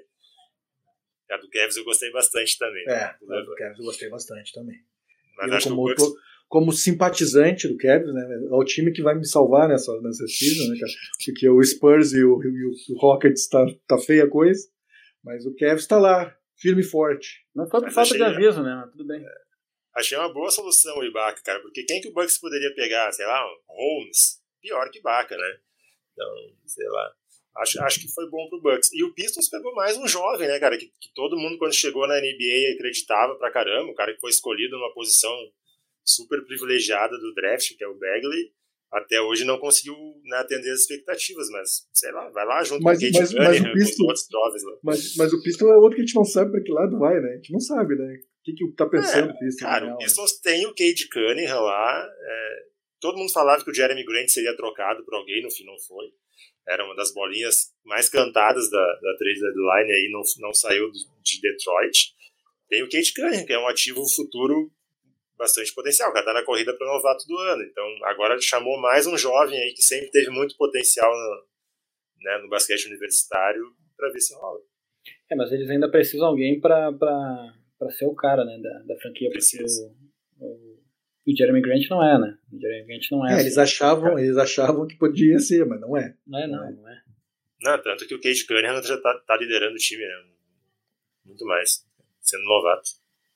A do Cavs eu gostei bastante também. É, né? a do Cavs eu gostei bastante também. Mas eu, acho como, que o Bucks... como simpatizante do Cavs, né, é o time que vai me salvar nessa, nessa season, né, cara? Porque o Spurs e o, e o Rockets tá, tá feia a coisa, mas o Cavs tá lá, firme e forte. Não foi por falta achei, de aviso, né? Mas tudo bem. É, achei uma boa solução o Ibaka, cara, porque quem que o Bucks poderia pegar? Sei lá, um Holmes? Pior que Ibaka, né? Então, sei lá. Acho, acho que foi bom pro Bucks. E o Pistons pegou mais um jovem, né, cara? Que, que todo mundo, quando chegou na N B A, acreditava pra caramba. O cara que foi escolhido numa posição super privilegiada do draft, que é o Bagley. Até hoje não conseguiu, né, atender as expectativas, mas, sei lá, vai lá junto mas, com o Kate Cunningham, com os outros jovens lá. Mas, mas o Pistons é outro que a gente não sabe pra que lado vai, né? A gente não sabe, né? O que, que tá pensando é, o Pistons? Cara, o Pistons tem o Cade Cunningham lá. É, todo mundo falava que o Jeremy Grant seria trocado por alguém, no fim não foi. Era uma das bolinhas mais cantadas da, da trade deadline, aí não, não saiu de Detroit. Tem o Cade Cunningham, que é um ativo futuro bastante potencial, o cara tá na corrida para novato do ano. Então agora chamou mais um jovem aí que sempre teve muito potencial no, né, no basquete universitário para ver se rola. É, mas eles ainda precisam de alguém para ser o cara, né, da, da franquia, porque o, o, o Jeremy Grant não é, né? O Jeremy Grant não é. É, assim, eles achavam, eles achavam que podia ser, mas não é. Não é, não, não é. Não, tanto que o Cade Cunningham já tá, tá liderando o time, né? Muito mais, sendo novato.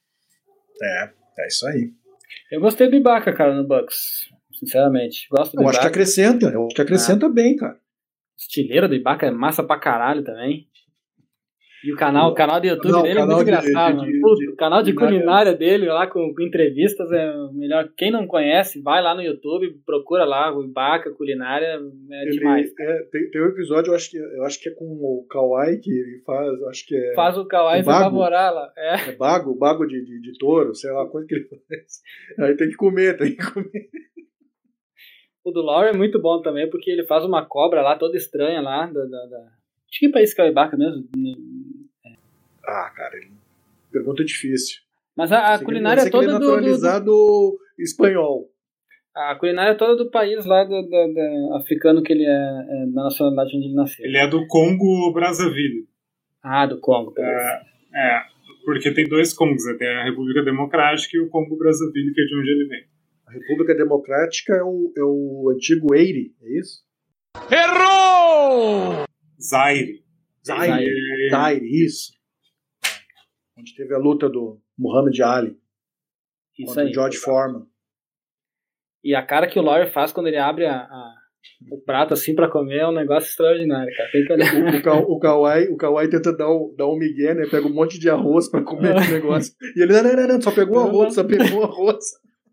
É, é isso aí. Eu gostei do Ibaka, cara, no Bucks. Sinceramente. Gosto do eu Ibaka. acho que acrescenta, eu acho que acrescenta ah. bem, cara. Estileira do Ibaka é massa pra caralho também. E o canal, o canal do YouTube não, dele é muito engraçado. De, de, Puta, de, o canal de culinária dele lá com, com entrevistas é o melhor. Quem não conhece, vai lá no YouTube, procura lá o Ibaka, culinária, é ele, demais. É, tem, tem um episódio, eu acho, que, eu acho que é com o Kawhi, que ele faz, acho que é... Faz o Kawhi se favorar lá. É, é bago, bago de, de, de touro, sei lá, coisa que ele faz. Aí tem que comer, tem que comer. O do Lowry é muito bom também, porque ele faz uma cobra lá, toda estranha lá, da... da, da... De que país que é o Ibaka mesmo? Ah, cara, pergunta difícil. Mas a, a culinária que, toda ele é do, naturalizado do, do... espanhol. A culinária toda do país lá do, do, do africano que ele é, é da nacionalidade onde ele nasceu. Ele é do Congo Brazzaville. Ah, do Congo. É, é, porque tem dois Congos, né? Tem a República Democrática e o Congo Brazzaville, que é de onde ele vem. A República Democrática é o, é o antigo Eire, é isso? Errou! Zaire. Zaire, Zaire, isso. Onde teve a luta do Muhammad Ali isso contra aí, o George Foreman. E a cara que o Lawyer faz quando ele abre a, a, o prato assim pra comer é um negócio extraordinário, cara. Tem que olhar. O, o, Kawhi, o Kawhi tenta dar um, dar um migué, né? Pega um monte de arroz pra comer esse negócio. E ele, não, não, não, não, só pegou arroz, só pegou arroz.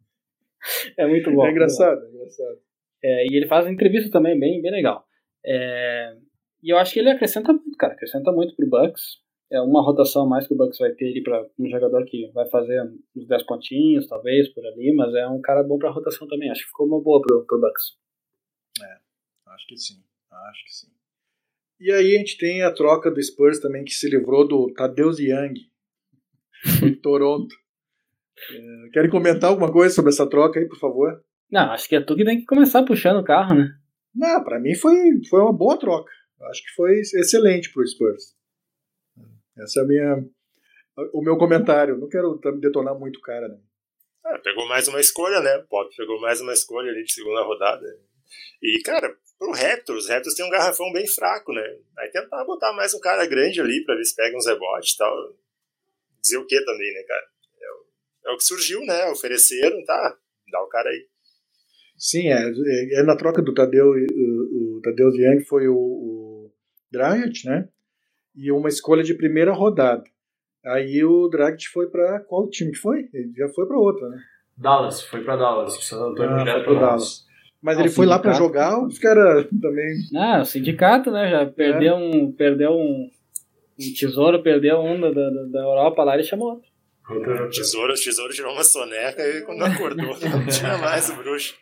É muito bom. É engraçado, é engraçado. É, e ele faz entrevista também, bem, bem legal. É, e eu acho que ele acrescenta muito, cara. Acrescenta muito pro Bucks. É uma rotação a mais que o Bucks vai ter ali para um jogador que vai fazer uns dez pontinhos, talvez, por ali, mas é um cara bom pra rotação também. Acho que ficou uma boa pro, pro Bucks. É, acho que sim. Acho que sim. E aí a gente tem a troca do Spurs também, que se livrou do Tadeusz Young, em Toronto. É, querem comentar alguma coisa sobre essa troca aí, por favor? Não, acho que é tu que tem que começar puxando o carro, né? Não, pra mim foi, foi uma boa troca. Acho que foi excelente pro Spurs. Essa é a minha, o meu comentário. Não quero detonar muito o cara, né? Ah, pegou mais uma escolha, né? O Pop pegou mais uma escolha ali de segunda rodada. E, cara, pro Raptors, os Raptors tem um garrafão bem fraco, né? Aí tentar botar mais um cara grande ali pra ver se pega uns rebotes e tal. Dizer o que também, né, cara? É o, é o que surgiu, né? Ofereceram, tá? Dá o cara aí. Sim, é, é, é na troca do Tadeu, o, o Tadeu Young foi o, o Dragic, né? E uma escolha de primeira rodada. Aí o Dragic foi pra qual time que foi? Ele já foi pra outra, né? Dallas, foi pra Dallas. O San Antonio Ah, direto foi pra pro Dallas. Dallas. Mas Ah, ele o foi lá pra sindicato. jogar, os caras também. Ah, o sindicato, né? Já perdeu um, perdeu um, um tesouro, perdeu um da, da, da Europa lá, ele chamou outro. O tesouro, o tesouro tirou uma soneca e quando acordou, não tinha mais o bruxo.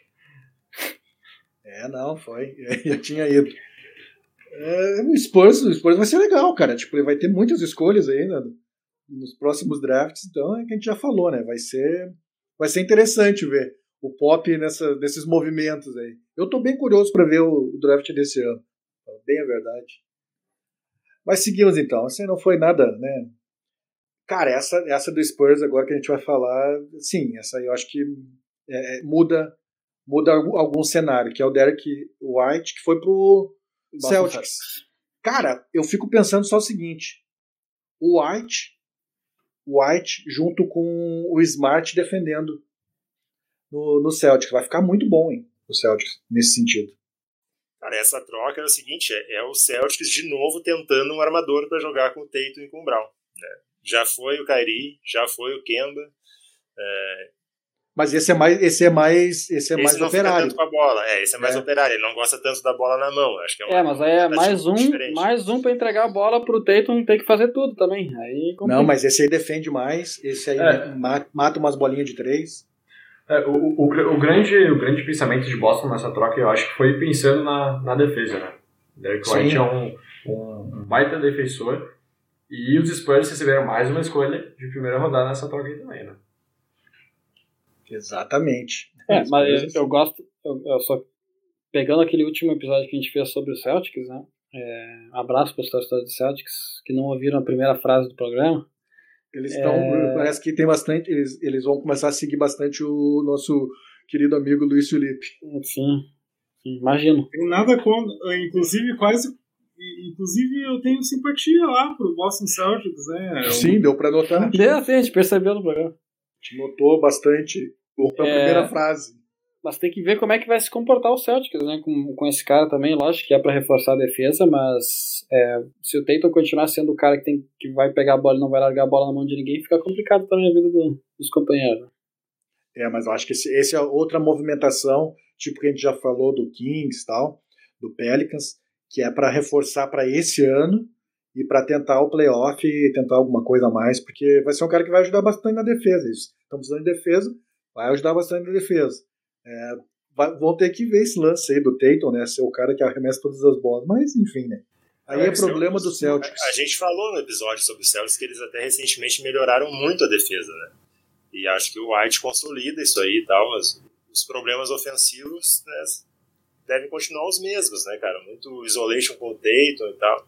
É, não, foi. Já tinha ido. É, o, Spurs, o Spurs vai ser legal, cara. Tipo, ele vai ter muitas escolhas aí, né, nos próximos drafts, então é que a gente já falou, né? Vai ser, vai ser interessante ver o Pop nessa, nesses movimentos aí. Eu tô bem curioso para ver o, o draft desse ano. Bem a verdade. Mas seguimos então. Assim, não foi nada, né? Cara, essa, essa do Spurs agora que a gente vai falar, sim, essa aí eu acho que é, muda, muda algum cenário, que é o Derek White, que foi pro Celtics. Cara, eu fico pensando só o seguinte, o White, White junto com o Smart defendendo no, no Celtics, vai ficar muito bom, hein, o Celtics, nesse sentido. Cara, essa troca é o seguinte, é, é o Celtics de novo tentando um armador para jogar com o Tatum e com o Brown, né? Já foi o Kyrie, já foi o Kemba. É... Mas esse é mais, esse é mais, esse é esse mais não operário. Fica tanto com a bola. É, esse é mais é. operário. Ele não gosta tanto da bola na mão. Acho que é, uma, é, mas aí é mais um, diferente. mais um para entregar a bola pro Tatum ter que fazer tudo também. Aí não, mas esse aí defende mais. Esse aí é. mata, mata umas bolinhas de três. É, o, o, o, grande, o grande pensamento de Boston nessa troca, eu acho que foi pensando na, na defesa, né? Derek White é um, um, um baita defensor. E os Spurs receberam mais uma escolha de primeira rodada nessa troca aí também, né? Exatamente. É, mas eu, eu gosto, eu, eu só pegando aquele último episódio que a gente fez sobre o Celtics, né? É, abraço para os torcedores do Celtics que não ouviram a primeira frase do programa. Eles estão, é... parece que tem bastante, eles, eles vão começar a seguir bastante o nosso querido amigo Luiz Felipe. Sim, sim, imagino. Tem nada contra, inclusive quase. Inclusive, eu tenho simpatia lá pro Boston Celtics, né? Sim, deu pra notar. Deu, sim, a gente percebeu no programa. A gente notou bastante a é... primeira frase. Mas tem que ver como é que vai se comportar o Celtics, né? Com, com esse cara também, lógico que é pra reforçar a defesa, mas é, se o Tatum continuar sendo o cara que, tem, que vai pegar a bola e não vai largar a bola na mão de ninguém, fica complicado também a vida do, dos companheiros. É, mas eu acho que esse, esse é outra movimentação, tipo que a gente já falou do Kings e tal, do Pelicans, que é para reforçar para esse ano e para tentar o playoff e tentar alguma coisa a mais, porque vai ser um cara que vai ajudar bastante na defesa. Estamos precisando de defesa, vai ajudar bastante na defesa. É, vai, vão ter que ver esse lance aí do Tatum, né? Ser o cara que arremessa todas as bolas, mas enfim, né? Aí é, é problema do Celtics. A, a gente falou no episódio sobre o Celtics que eles até recentemente melhoraram muito a defesa, né? E acho que o White consolida isso aí e tal, mas os problemas ofensivos, né, devem continuar os mesmos, né, cara? Muito isolation com o Tatum e tal.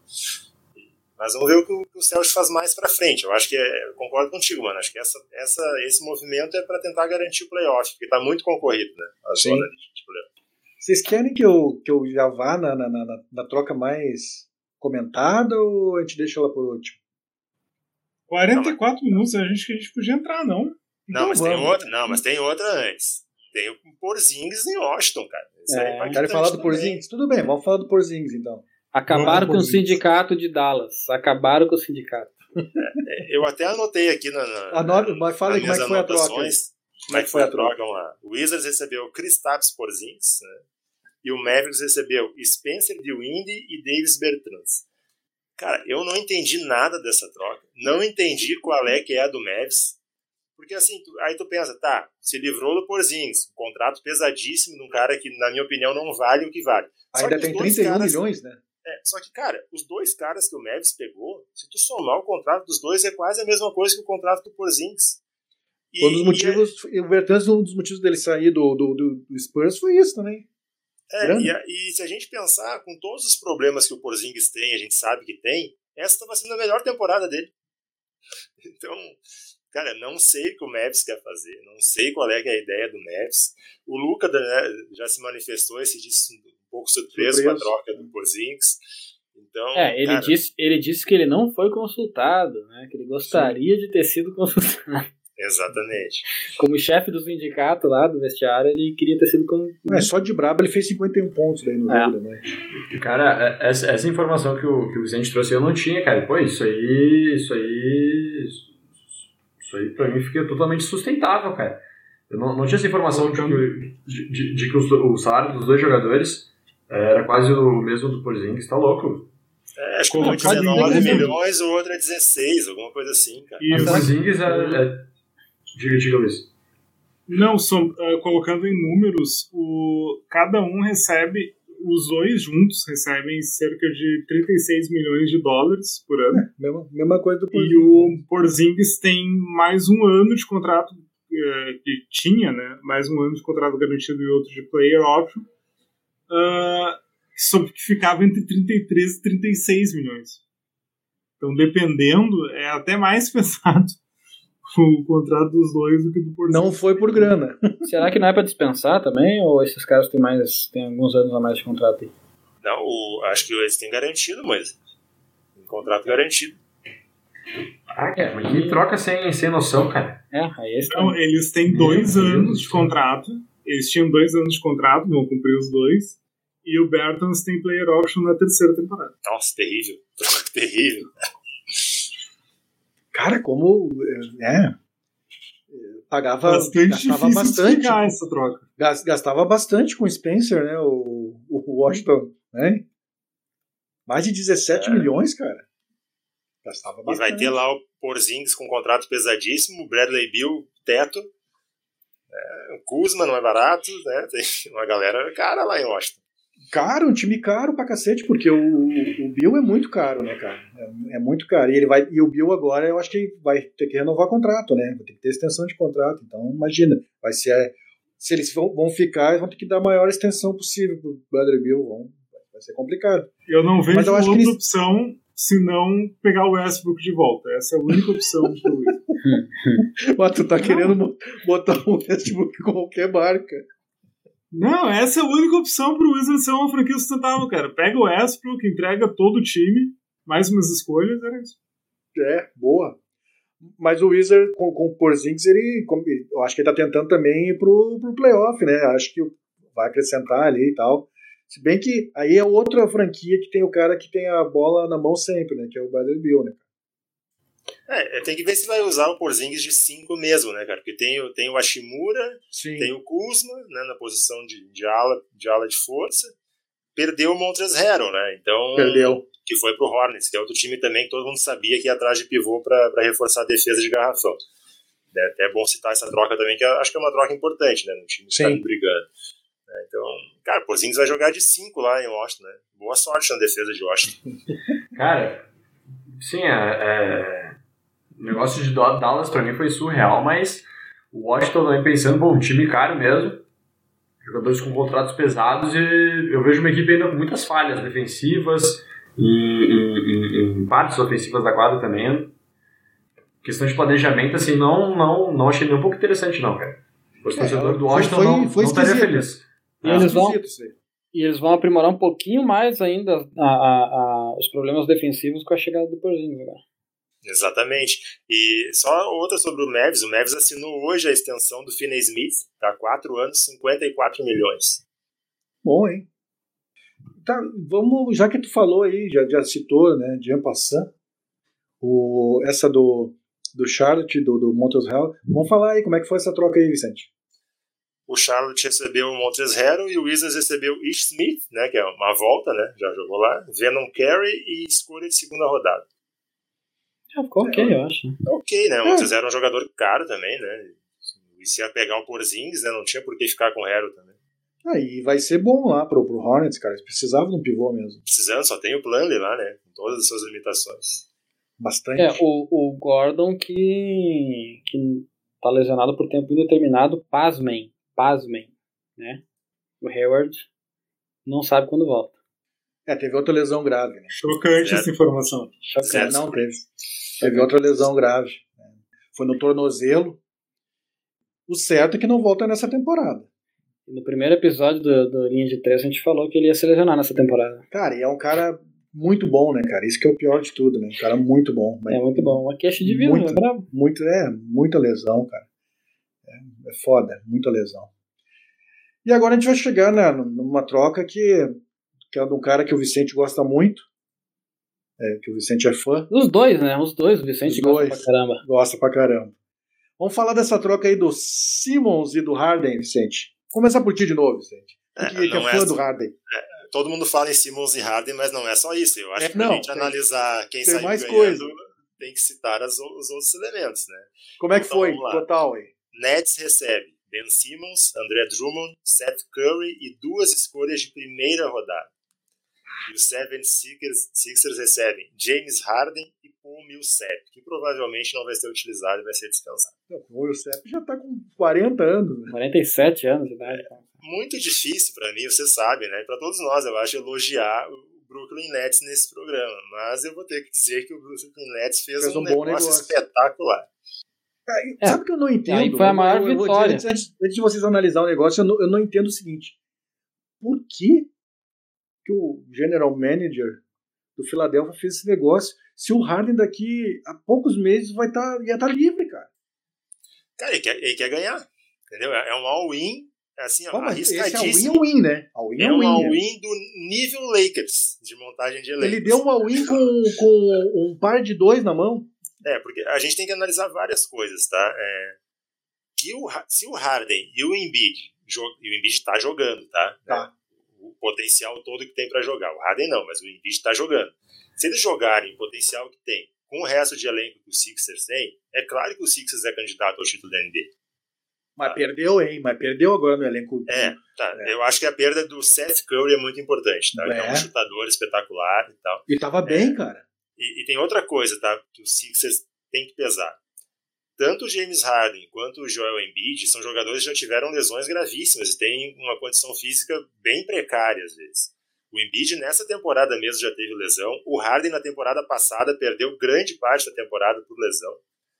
Mas vamos ver o que o, que o Celtics faz mais pra frente. Eu acho que é, eu concordo contigo, mano. Acho que essa, essa, esse movimento é pra tentar garantir o playoff, porque tá muito concorrido, né? A Sim. zona de playoff. Vocês querem que eu, que eu já vá na, na, na, na troca mais comentada ou a gente deixa ela por último? quarenta e quatro não, minutos, a gente que a gente podia entrar, não. Não, então mas vamos. tem outra, não, mas tem outra antes. Tem o Porzingis em Washington, cara. Isso é, aí querem falar do Porzingis? Tudo bem, vamos falar do Porzingis então. Acabaram com o sindicato de Dallas. Acabaram com o sindicato. É, eu até anotei aqui na, na, Anota, mas fala aí como é que foi a troca. Como é que foi a troca? Vamos lá. O Wizards recebeu Kristaps Porzingis, né? E o Mavericks recebeu Spencer Dinwiddie e Davis Bertans. Cara, eu não entendi nada dessa troca. Não entendi qual é que é a do Mavs. Porque assim, tu, aí tu pensa, tá, se livrou do Porzingis, um contrato pesadíssimo de um cara que, na minha opinião, não vale o que vale. Ainda tem trinta e um caras, milhões, né? É, só que, cara, os dois caras que o Mavs pegou, se tu somar o contrato dos dois, é quase a mesma coisa que o contrato do Porzingis. E, um dos motivos, é... o Bertans, um dos motivos dele sair do, do, do, do Spurs foi isso também. É, e, a, e se a gente pensar, com todos os problemas que o Porzingis tem, a gente sabe que tem, essa estava sendo a melhor temporada dele. Então, cara, não sei o que o Mavs quer fazer, não sei qual é, que é a ideia do Mavs. O Luka, né, já se manifestou e se disse um pouco surpreso, surpreso. com a troca do Porzingis. Então, é, ele, cara, disse, ele disse que ele não foi consultado, né, que ele gostaria sim. de ter sido consultado. Exatamente. Como chefe do sindicato lá do vestiário, ele queria ter sido consultado. É, só de brabo ele fez cinquenta e um pontos daí no é. jogo, né? Cara, essa, essa informação que o, que o Vicente trouxe eu não tinha, cara. Pô, isso aí, isso aí, isso aí pra mim fica totalmente sustentável, cara. Eu não, não tinha essa informação de, de, de, de que o, o salário dos dois jogadores era quase o mesmo do Porzingis, tá louco? É, acho que um é dezenove milhões, o outro é dezesseis, alguma coisa assim, cara. E o Porzingis é, é... Diga, diga, Luiz. Não, só, uh, colocando em números, o, cada um recebe, os dois juntos recebem cerca de trinta e seis milhões de dólares por ano. É, mesma, mesma coisa do Porzingis. E o Porzingis tem mais um ano de contrato, uh, que tinha, né? Mais um ano de contrato garantido e outro de player option, uh, que ficava entre trinta e três e trinta e seis milhões. Então, dependendo, é até mais pesado o contrato dos dois do que do Porzingis. Não foi por grana. Será que não é pra dispensar também? Ou esses caras têm, mais, têm alguns anos a mais de contrato aí? Não, o, acho que eles têm garantido, mas um contrato garantido. Ah, cara, mas que troca sem, sem noção, cara. É, aí esse Não, eles têm dois Meu anos Deus. de contrato. Eles tinham dois anos de contrato, vão cumprir os dois. E o Bertans tem player option na terceira temporada. Nossa, terrível. terrível. Cara, como é, pagava bastante gastava bastante essa troca. Gastava bastante com o Spencer, né? O, o Washington, né? Mais de dezessete é. milhões, cara. Gastava bastante. E vai ter lá o Porzingis com um contrato pesadíssimo, o Bradley Beal, teto. É, o Kuzma não é barato, né? Tem uma galera cara lá em Washington. Caro, um time caro pra cacete, porque o, o Bill é muito caro, né, cara? É, é muito caro. E, ele vai, e o Bill agora, eu acho que vai ter que renovar o contrato, né? Vai ter que ter extensão de contrato. Então, imagina, vai ser. Se eles vão, vão ficar, eles vão ter que dar a maior extensão possível pro Bradley Bill. Vão, vai ser complicado. Eu não vejo eu outra eles... opção se não pegar o Westbrook de volta. Essa é a única opção pro Luiz. Mas tu tá não. querendo botar o Westbrook em qualquer marca. Não, essa é a única opção pro Wizards ser uma franquia sustentável, cara. Pega o Westbrook, entrega todo o time, mais umas escolhas, era isso. É, boa. Mas o Wizards, com, com o Porzingis, ele, eu acho que ele tá tentando também ir pro, pro playoff, né? Acho que vai acrescentar ali e tal. Se bem que aí é outra franquia que tem o cara que tem a bola na mão sempre, né? Que é o Bradley Beal, né? É, tem que ver se vai usar o Porzingis de cinco mesmo, né, cara? Porque tem, tem o Hashimura, Sim. tem o Kuzma, né, na posição de, de, ala, de ala de força. Perdeu o Montrezl Harrell, né? Então, Perdeu. Que foi pro Hornets, que é outro time também que todo mundo sabia que ia atrás de pivô pra, pra reforçar a defesa de garrafão. É até bom citar essa troca também, que eu acho que é uma troca importante, né? No time que tá brigando. Então, cara, o Porzingis vai jogar de cinco lá em Washington, né? Boa sorte na defesa de Washington. Cara, sim, é... é... O negócio de Dallas pra mim foi surreal, mas o Washington também pensando, bom, um time caro mesmo, jogadores com contratos pesados, e eu vejo uma equipe ainda com muitas falhas defensivas e em, em, em partes ofensivas da quadra também. Questão de planejamento, assim, não, não, não achei nem um pouco interessante, não, cara. O torcedor é, do Washington foi, foi, não, foi não estaria feliz. E, ah, eles vão, e eles vão aprimorar um pouquinho mais ainda a, a, a, os problemas defensivos com a chegada do Porzingis agora. Exatamente. E só outra sobre o Mavs. O Mavs assinou hoje a extensão do Finney-Smith, tá? quatro anos, cinquenta e quatro milhões. Bom, hein? Tá, vamos, já que tu falou aí, já, já citou, né, de en passant, o, essa do, do Charlotte, do, do Montrezl Harrell, vamos falar aí, como é que foi essa troca aí, Vicente? O Charlotte recebeu o Montrezl Harrell e o Wizards recebeu o Ish Smith, né, que é uma volta, né, já jogou lá, Venom Carey e escolha de segunda rodada. É, ficou ok, é, eu acho. Ok, né? O Montrezl Harrell era um jogador caro também, né? E se ia pegar o Porzingis, né? Não tinha por que ficar com o Harrell também. Aí ah, vai ser bom lá pro, pro Hornets, cara. Eles precisavam de um pivô mesmo. Precisando, só tem o Plumlee lá, né? Com todas as suas limitações. Bastante. É, o, o Gordon que, que tá lesionado por tempo indeterminado, pasmem, pasmem, né? O Hayward não sabe quando volta. É, teve outra lesão grave, né? Chocante essa informação. Chocante. Não, teve. Teve outra lesão grave. Foi no tornozelo. O certo é que não volta nessa temporada. No primeiro episódio do, do Linha de Três, a gente falou que ele ia se lesionar nessa temporada. Cara, e é um cara muito bom, né, cara? Isso que é o pior de tudo, né? Um cara muito bom. É muito bom. Uma queixa de vida, muito, é brabo. Muito, é, muita lesão, cara. É, é foda, muita lesão. E agora a gente vai chegar, né, numa troca que, que é de um cara que o Vicente gosta muito. É, que o Vicente é fã. Os dois, né? Os dois, o Vicente Os gosta dois. pra caramba. Gosta pra caramba. Vamos falar dessa troca aí do Simmons e do Harden, Vicente. Começar por ti de novo, Vicente. É, que, que é fã é do Harden. É, todo mundo fala em Simmons e Harden, mas não é só isso. Eu acho É, que pra não, gente tem, analisar quem tem saiu mais ganhando, coisa. tem que citar as, os outros elementos, né? Como é que então, foi, vamos lá. total aí? Nets recebe Ben Simmons, André Drummond, Seth Curry e duas escolhas de primeira rodada. E os seventy-sixers Sixers recebem James Harden e Paul Millsap, que provavelmente não vai ser utilizado e vai ser dispensado. O Millsap já tá com quarenta anos. Né? quarenta e sete anos de idade. Muito difícil pra mim, você sabe, né? Pra todos nós, eu acho, elogiar o Brooklyn Nets nesse programa. Mas eu vou ter que dizer que o Brooklyn Nets fez, fez um, um negócio, negócio espetacular. É, sabe o que eu não entendo? Aí foi a maior eu, eu vitória. Dizer, antes, antes de vocês analisar o negócio, eu não, eu não entendo o seguinte. Por que, que o general manager do Philadelphia fez esse negócio se o Harden daqui a poucos meses vai tá, ia estar tá livre, cara? Cara, ele quer, ele quer ganhar. Entendeu? É um all-in, assim, oh, arriscadíssimo. Esse all-in, né? All-in é um all-in é. do nível Lakers, de montagem de elenco. Ele deu um all-in com, com um par de dois na mão. É, porque a gente tem que analisar várias coisas, tá? É, que o, se o Harden e o Embiid, e o Embiid está jogando, tá? Tá. É, o potencial todo que tem para jogar. O Harden não, mas o Embiid está jogando. Se eles jogarem o potencial que tem com o resto de elenco que o Sixers tem, é claro que o Sixers é candidato ao título da N B A. Mas tá. perdeu, hein? Mas perdeu agora no elenco. É, tá. É. Eu acho que a perda do Seth Curry é muito importante, tá? É. Que é um chutador espetacular e tal. E tava bem, é. cara. E, e tem outra coisa, tá? Que o Sixers tem que pesar. Tanto o James Harden quanto o Joel Embiid são jogadores que já tiveram lesões gravíssimas e têm uma condição física bem precária às vezes. O Embiid nessa temporada mesmo já teve lesão. O Harden na temporada passada perdeu grande parte da temporada por lesão.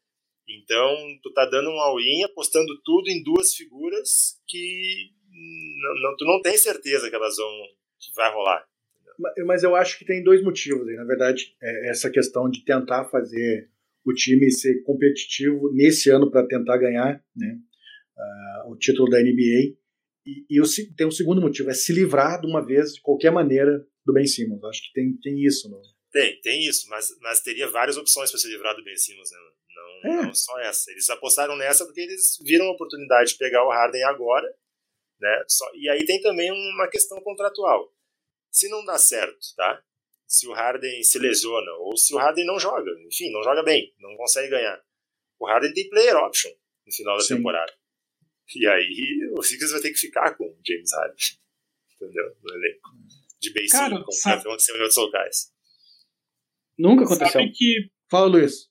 Então, tu tá dando um all-in, apostando tudo em duas figuras que não, não, tu não tem certeza que elas vão que vai rolar. Mas eu acho que tem dois motivos. Na verdade, é essa questão de tentar fazer o time ser competitivo nesse ano para tentar ganhar, né, uh, o título da N B A. E, e o, tem um segundo motivo, é se livrar de uma vez, de qualquer maneira, do Ben Simmons. Acho que tem, tem isso. Não? Tem, tem isso, mas, mas teria várias opções para se livrar do Ben Simmons, né? Não, é. não só essa. Eles apostaram nessa porque eles viram a oportunidade de pegar o Harden agora, né? Só, e aí tem também uma questão contratual. Se não dá certo, tá? Se o Harden se lesiona, ou se o Harden não joga, enfim, não joga bem, não consegue ganhar. O Harden tem player option no final da Sim. temporada. E aí o Sixers vai ter que ficar com o James Harden, entendeu? No elenco. De base, como sabe... aconteceu em outros locais. Nunca aconteceu. Sabe que... Fala, Luiz.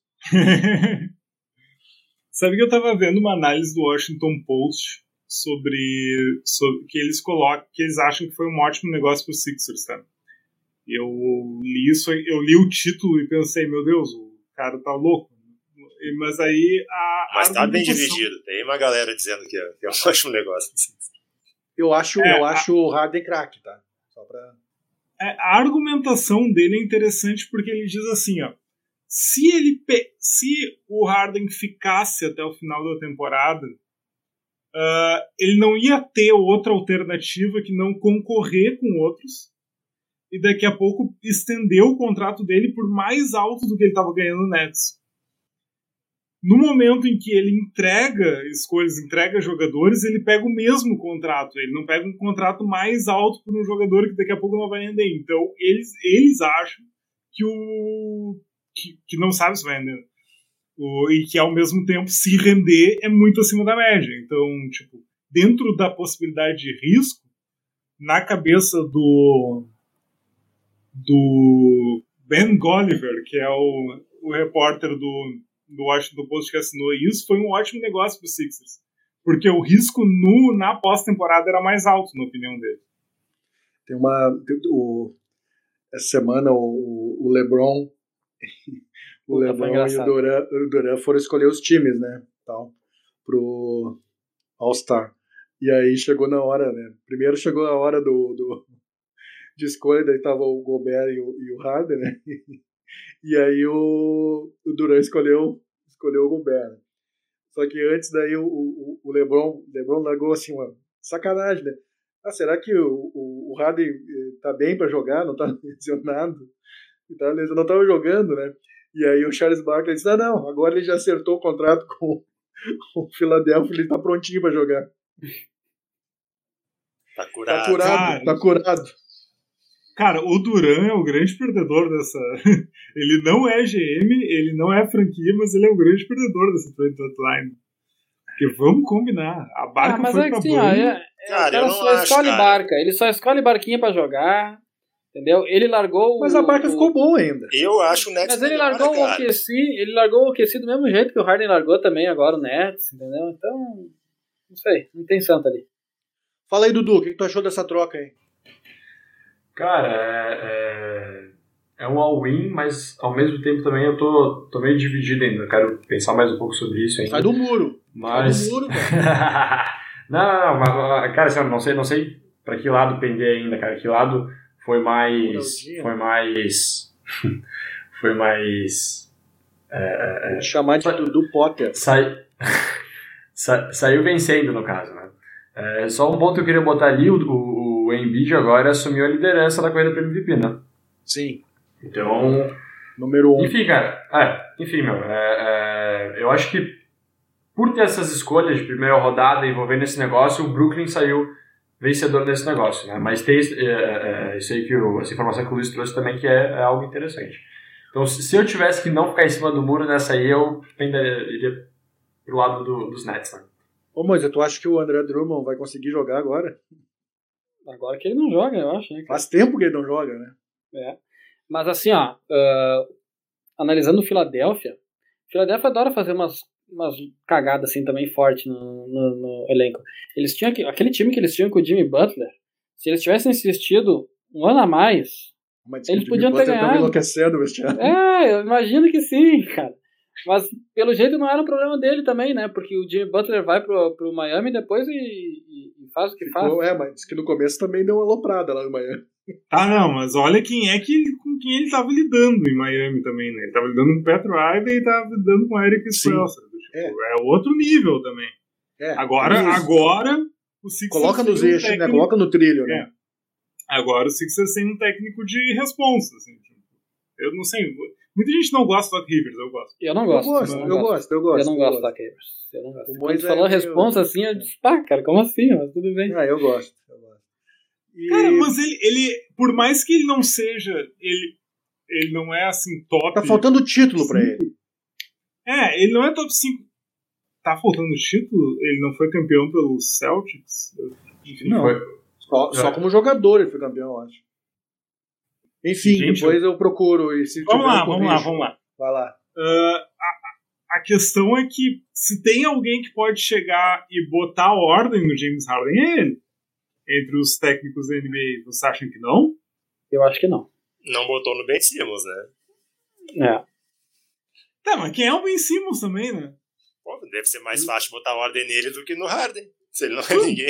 Sabe que eu tava vendo uma análise do Washington Post sobre, sobre que eles colocam, que eles acham que foi um ótimo negócio pro Sixers, tá? Eu li isso, eu li o título e pensei, meu Deus, o cara tá louco. Mas aí a Mas tá bem argumentação... dividido. Tem uma galera dizendo que é, que é um ótimo negócio. Eu acho, é, eu a... acho o Harden craque, tá? Só pra... é, a argumentação dele é interessante porque ele diz assim, ó, se ele pe... se o Harden ficasse até o final da temporada, uh, ele não ia ter outra alternativa que não concorrer com outros e daqui a pouco estender o contrato dele por mais alto do que ele estava ganhando no Nets. No momento em que ele entrega escolhas, entrega jogadores, ele pega o mesmo contrato. Ele não pega um contrato mais alto por um jogador que daqui a pouco não vai render. Então, eles, eles acham que o... Que, que não sabe se vai render. O, e que, ao mesmo tempo, se render é muito acima da média. Então, tipo, dentro da possibilidade de risco, na cabeça do... do Ben Golliver, que é o, o repórter do... do Washington Post que assinou isso, foi um ótimo negócio para os Sixers. Porque o risco no, na pós-temporada era mais alto, na opinião dele. Tem uma... O, essa semana o, o LeBron... o Puta, LeBron e o Durant, o Durant foram escolher os times, né? Tal, pro All-Star. E aí chegou na hora, né? Primeiro chegou a hora do, do, de escolha, daí tava o Gobert e o, e o Harden, né? E aí o, o Durant escolheu, escolheu o Gobert, né? Só que antes daí o, o, o LeBron, LeBron largou assim uma sacanagem, né? Ah, será que o, o, o Harden tá bem pra jogar? Não tá lesionado? Tá, ele não tava jogando, né? E aí o Charles Barkley disse, ah, não, agora ele já acertou o contrato com o Philadelphia, ele tá prontinho pra jogar. Tá curado. Tá curado, Cara, tá curado. Cara, o Duran é o grande perdedor dessa... Ele não é G M, ele não é franquia, mas ele é o grande perdedor dessa trade deadline. Porque vamos combinar, a barca ah, mas foi é pra assim, banho. ó, é, é, Cara, o cara eu não só acho, escolhe cara. barca, ele só escolhe barquinha pra jogar, entendeu? Ele largou Mas o, a barca o, ficou boa ainda. Eu acho o Nets Mas ele melhor, largou o O cara. K C, ele largou o O K C do mesmo jeito que o Harden largou também agora o Nets, entendeu? Então, não sei, não tem santo ali. Fala aí, Dudu, o que, que tu achou dessa troca aí? Cara, é, é, é um all-in, mas ao mesmo tempo também eu tô, tô meio dividido ainda. Eu quero pensar mais um pouco sobre isso ainda. Sai do muro. Mas... Sai do muro, cara. não, não, não, mas, cara, assim, eu não sei, não sei pra que lado pender ainda, cara. Que lado foi mais... Muralzinho. Foi mais... foi mais... É, Vou te chamar de Dudu Potter. sai, sa, saiu vencendo, no caso, né? É, só um ponto que eu queria botar ali, o, o, o Embiid agora assumiu a liderança da corrida para M V P, né? Sim. Então... Número um. Enfim, cara, é, enfim, meu, é, é, eu acho que por ter essas escolhas de primeira rodada envolvendo esse negócio, o Brooklyn saiu vencedor desse negócio, né? Mas tem é, é, isso aí que o, essa informação que o Luiz trouxe também, que é, é algo interessante. Então, se, se eu tivesse que não ficar em cima do muro nessa aí, eu ainda iria pro lado do, dos Nets, né? Ô, Moisa, tu acha que o André Drummond vai conseguir jogar agora? Agora que ele não joga, eu acho, né? cara? Faz tempo que ele não joga, né? É. Mas assim, ó, uh, analisando o Philadelphia, Philadelphia adora fazer umas, umas cagadas assim também forte no, no, no elenco. Eles tinham aquele time que eles tinham com o Jimmy Butler, se eles tivessem insistido um ano a mais, Mas eles o podiam ter Butler tava ganhado. enlouquecendo o vestiário. É, eu imagino que sim, cara. Mas pelo jeito não era um problema dele também, né? Porque o Jimmy Butler vai pro, pro Miami depois e, e, e faz o que faz. Ficou, é, mas disse que no começo também deu uma aloprada lá no Miami. Ah, não, mas olha quem é que com quem ele tava lidando em Miami também, né? Ele tava lidando com o Pat Riley e tava lidando com o Eric Spoelstra. Tipo, É. é outro nível também. É, Agora, isso. agora o Sixers Coloca tem nos um eixos, né? técnico- Coloca no trilho, né? É. Agora o Sixers tem um técnico de responsa, assim. Tipo, eu não sei, muita gente não gosta do Doc Rivers, eu gosto. Eu não Eu gosto. gosto, eu eu não gosto, eu gosto. Eu não gosto da Cavers. Eu não gosto. O Quando Moisés tu falou é meio- responsa assim, eu disse, pá, cara, como assim? Mas tudo bem. Ah, eu gosto. Eu gosto. E... Cara, mas ele, ele, por mais que ele não seja, ele, ele não é assim top. Tá faltando título pra ele. É, ele não é top cinco. Tá faltando título? Ele não foi campeão pelos Celtics? Enfim, Não. Foi, Só, só como jogador ele foi campeão, eu acho. Enfim, Gente, depois eu procuro. E se Vamos tiver, lá, eu vamos lá, corrijo. vamos lá. Vai lá. Uh, a, a questão é que se tem alguém que pode chegar e botar ordem no James Harden, é ele. Entre os técnicos da N B A, você acha que não? Eu acho que não. Não botou no Ben Simmons, né? É. Tá, mas quem é o Ben Simmons também, né? Pô, deve ser mais fácil botar ordem nele do que no Harden. Se ele não é ninguém.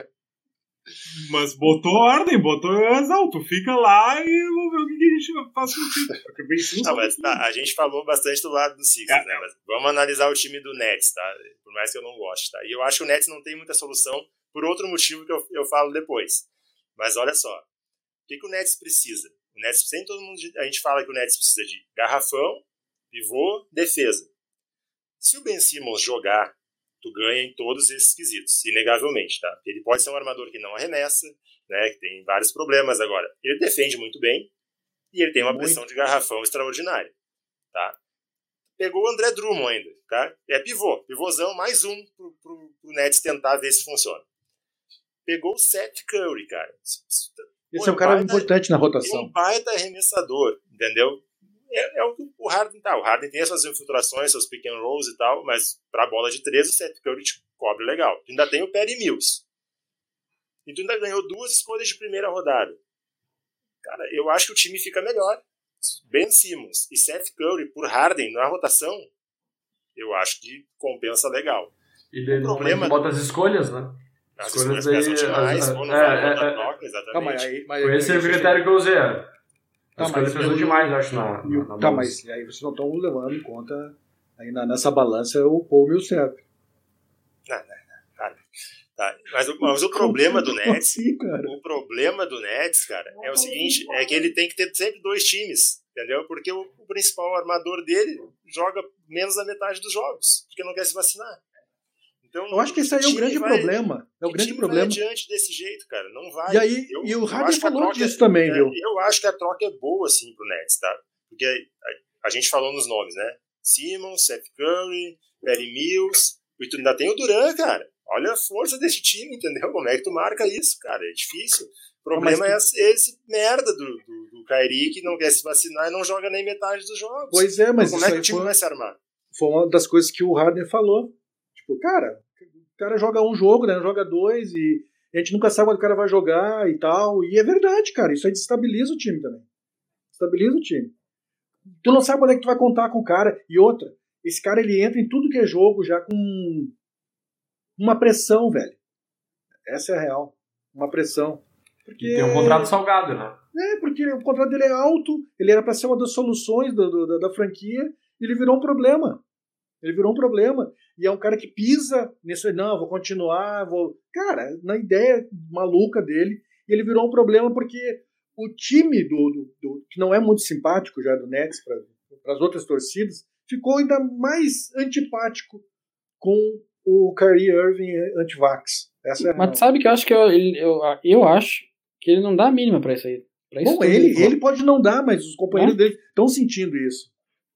Mas botou ordem, botou exalto. Fica lá e vamos ver o que que a gente faz contigo. Porque o Ben Simmons Não, tá mas tá, a gente falou bastante do lado do Sixers, É. né? Mas vamos analisar o time do Nets, tá? Por mais que eu não goste, tá? E eu acho que o Nets não tem muita solução por outro motivo que eu, eu falo depois. Mas olha só. O que, que o Nets precisa? O Nets, sem todo mundo, a gente fala que o Nets precisa de garrafão, pivô, defesa. Se o Ben Simmons jogar, tu ganha em todos esses quesitos, inegavelmente, tá? Ele pode ser um armador que não arremessa, né? Que tem vários problemas agora. Ele defende muito bem e ele tem uma Muito. pressão de garrafão extraordinária, tá? Pegou o André Drummond ainda, tá? É pivô, pivôzão, mais um pro, pro, pro Nets tentar ver se funciona. Pegou o Seth Curry, cara. Esse Pô, é um cara baita- importante na É um rotação. baita arremessador, entendeu? É, é o que o Harden tá. O Harden tem as suas infiltrações, seus pick and rolls e tal, mas pra bola de três o Seth Curry te cobre legal. Tu ainda tem o Perry Mills. e tu ainda ganhou duas escolhas de primeira rodada. Cara, eu acho que o time fica melhor. Ben Simmons e Seth Curry por Harden na rotação, eu acho que compensa legal. E daí o não problema bota as escolhas, né? As escolhas pesam demais, ou não é, vai é, botar é, troca, exatamente. Tá, mas aí, mas Foi esse o critério que eu usei. A Tá, escolha mas pesou eu- demais, eu acho, na, E o- na, na tá, bolsa. mas aí vocês não estão levando em conta aí na- nessa balança o Paul Millsap. Não, não, não, cara. Tá. Mas, o, mas o problema do Como Nets, assim, cara? o problema do Nets, cara, é o seguinte, é que ele tem que ter sempre dois times, entendeu? Porque o, o principal armador dele joga menos da metade dos jogos, porque não quer se vacinar. Então, Eu acho que esse aí é o time grande vai- problema. É o que grande time problema. vai adiante desse jeito, cara. Não vai. E aí, Eu- e o eu Harden acho que a falou troca disso é- também, é, viu? Eu acho que a troca é boa, assim, pro Nets, tá? Porque a, a gente falou nos nomes, né? Simmons, Seth Curry, Perry Mills, e tu ainda tem o Durant, cara. Olha a força desse time, entendeu? Como é que tu marca isso, cara? É difícil. O problema Não, é mas esse, esse merda do, do, do Kyrie que não quer se vacinar e não joga nem metade dos jogos. Pois é, mas Então, como isso é que aí o time foi, vai se armar? foi uma das coisas que o Harden falou. Tipo, cara, o cara joga um jogo, né? Não joga dois, e a gente nunca sabe quando o cara vai jogar e tal. E é verdade, cara. Isso aí desestabiliza o time também. Desestabiliza o time. Tu não sabe quando é que tu vai contar com o cara. E outra, esse cara ele entra em tudo que é jogo já com uma pressão, velho. Essa é a real. Uma pressão. Porque... E tem um contrato salgado, né? É, porque o contrato dele é alto, ele era para ser uma das soluções do, do, da, da franquia, e ele virou um problema. Ele virou um problema. E é um cara que pisa nisso, não, vou continuar, vou... Cara, na ideia maluca dele, ele virou um problema porque o time do, do, do que não é muito simpático já do Nets para as outras torcidas, ficou ainda mais antipático com o Kyrie Irving anti-vax. Essa é a real. Mas sabe que eu acho que eu, ele- eu, eu acho que ele não dá a mínima pra isso aí. Pra isso Bom, tudo ele, falou. ele pode não dar, mas os companheiros Não? dele estão sentindo isso.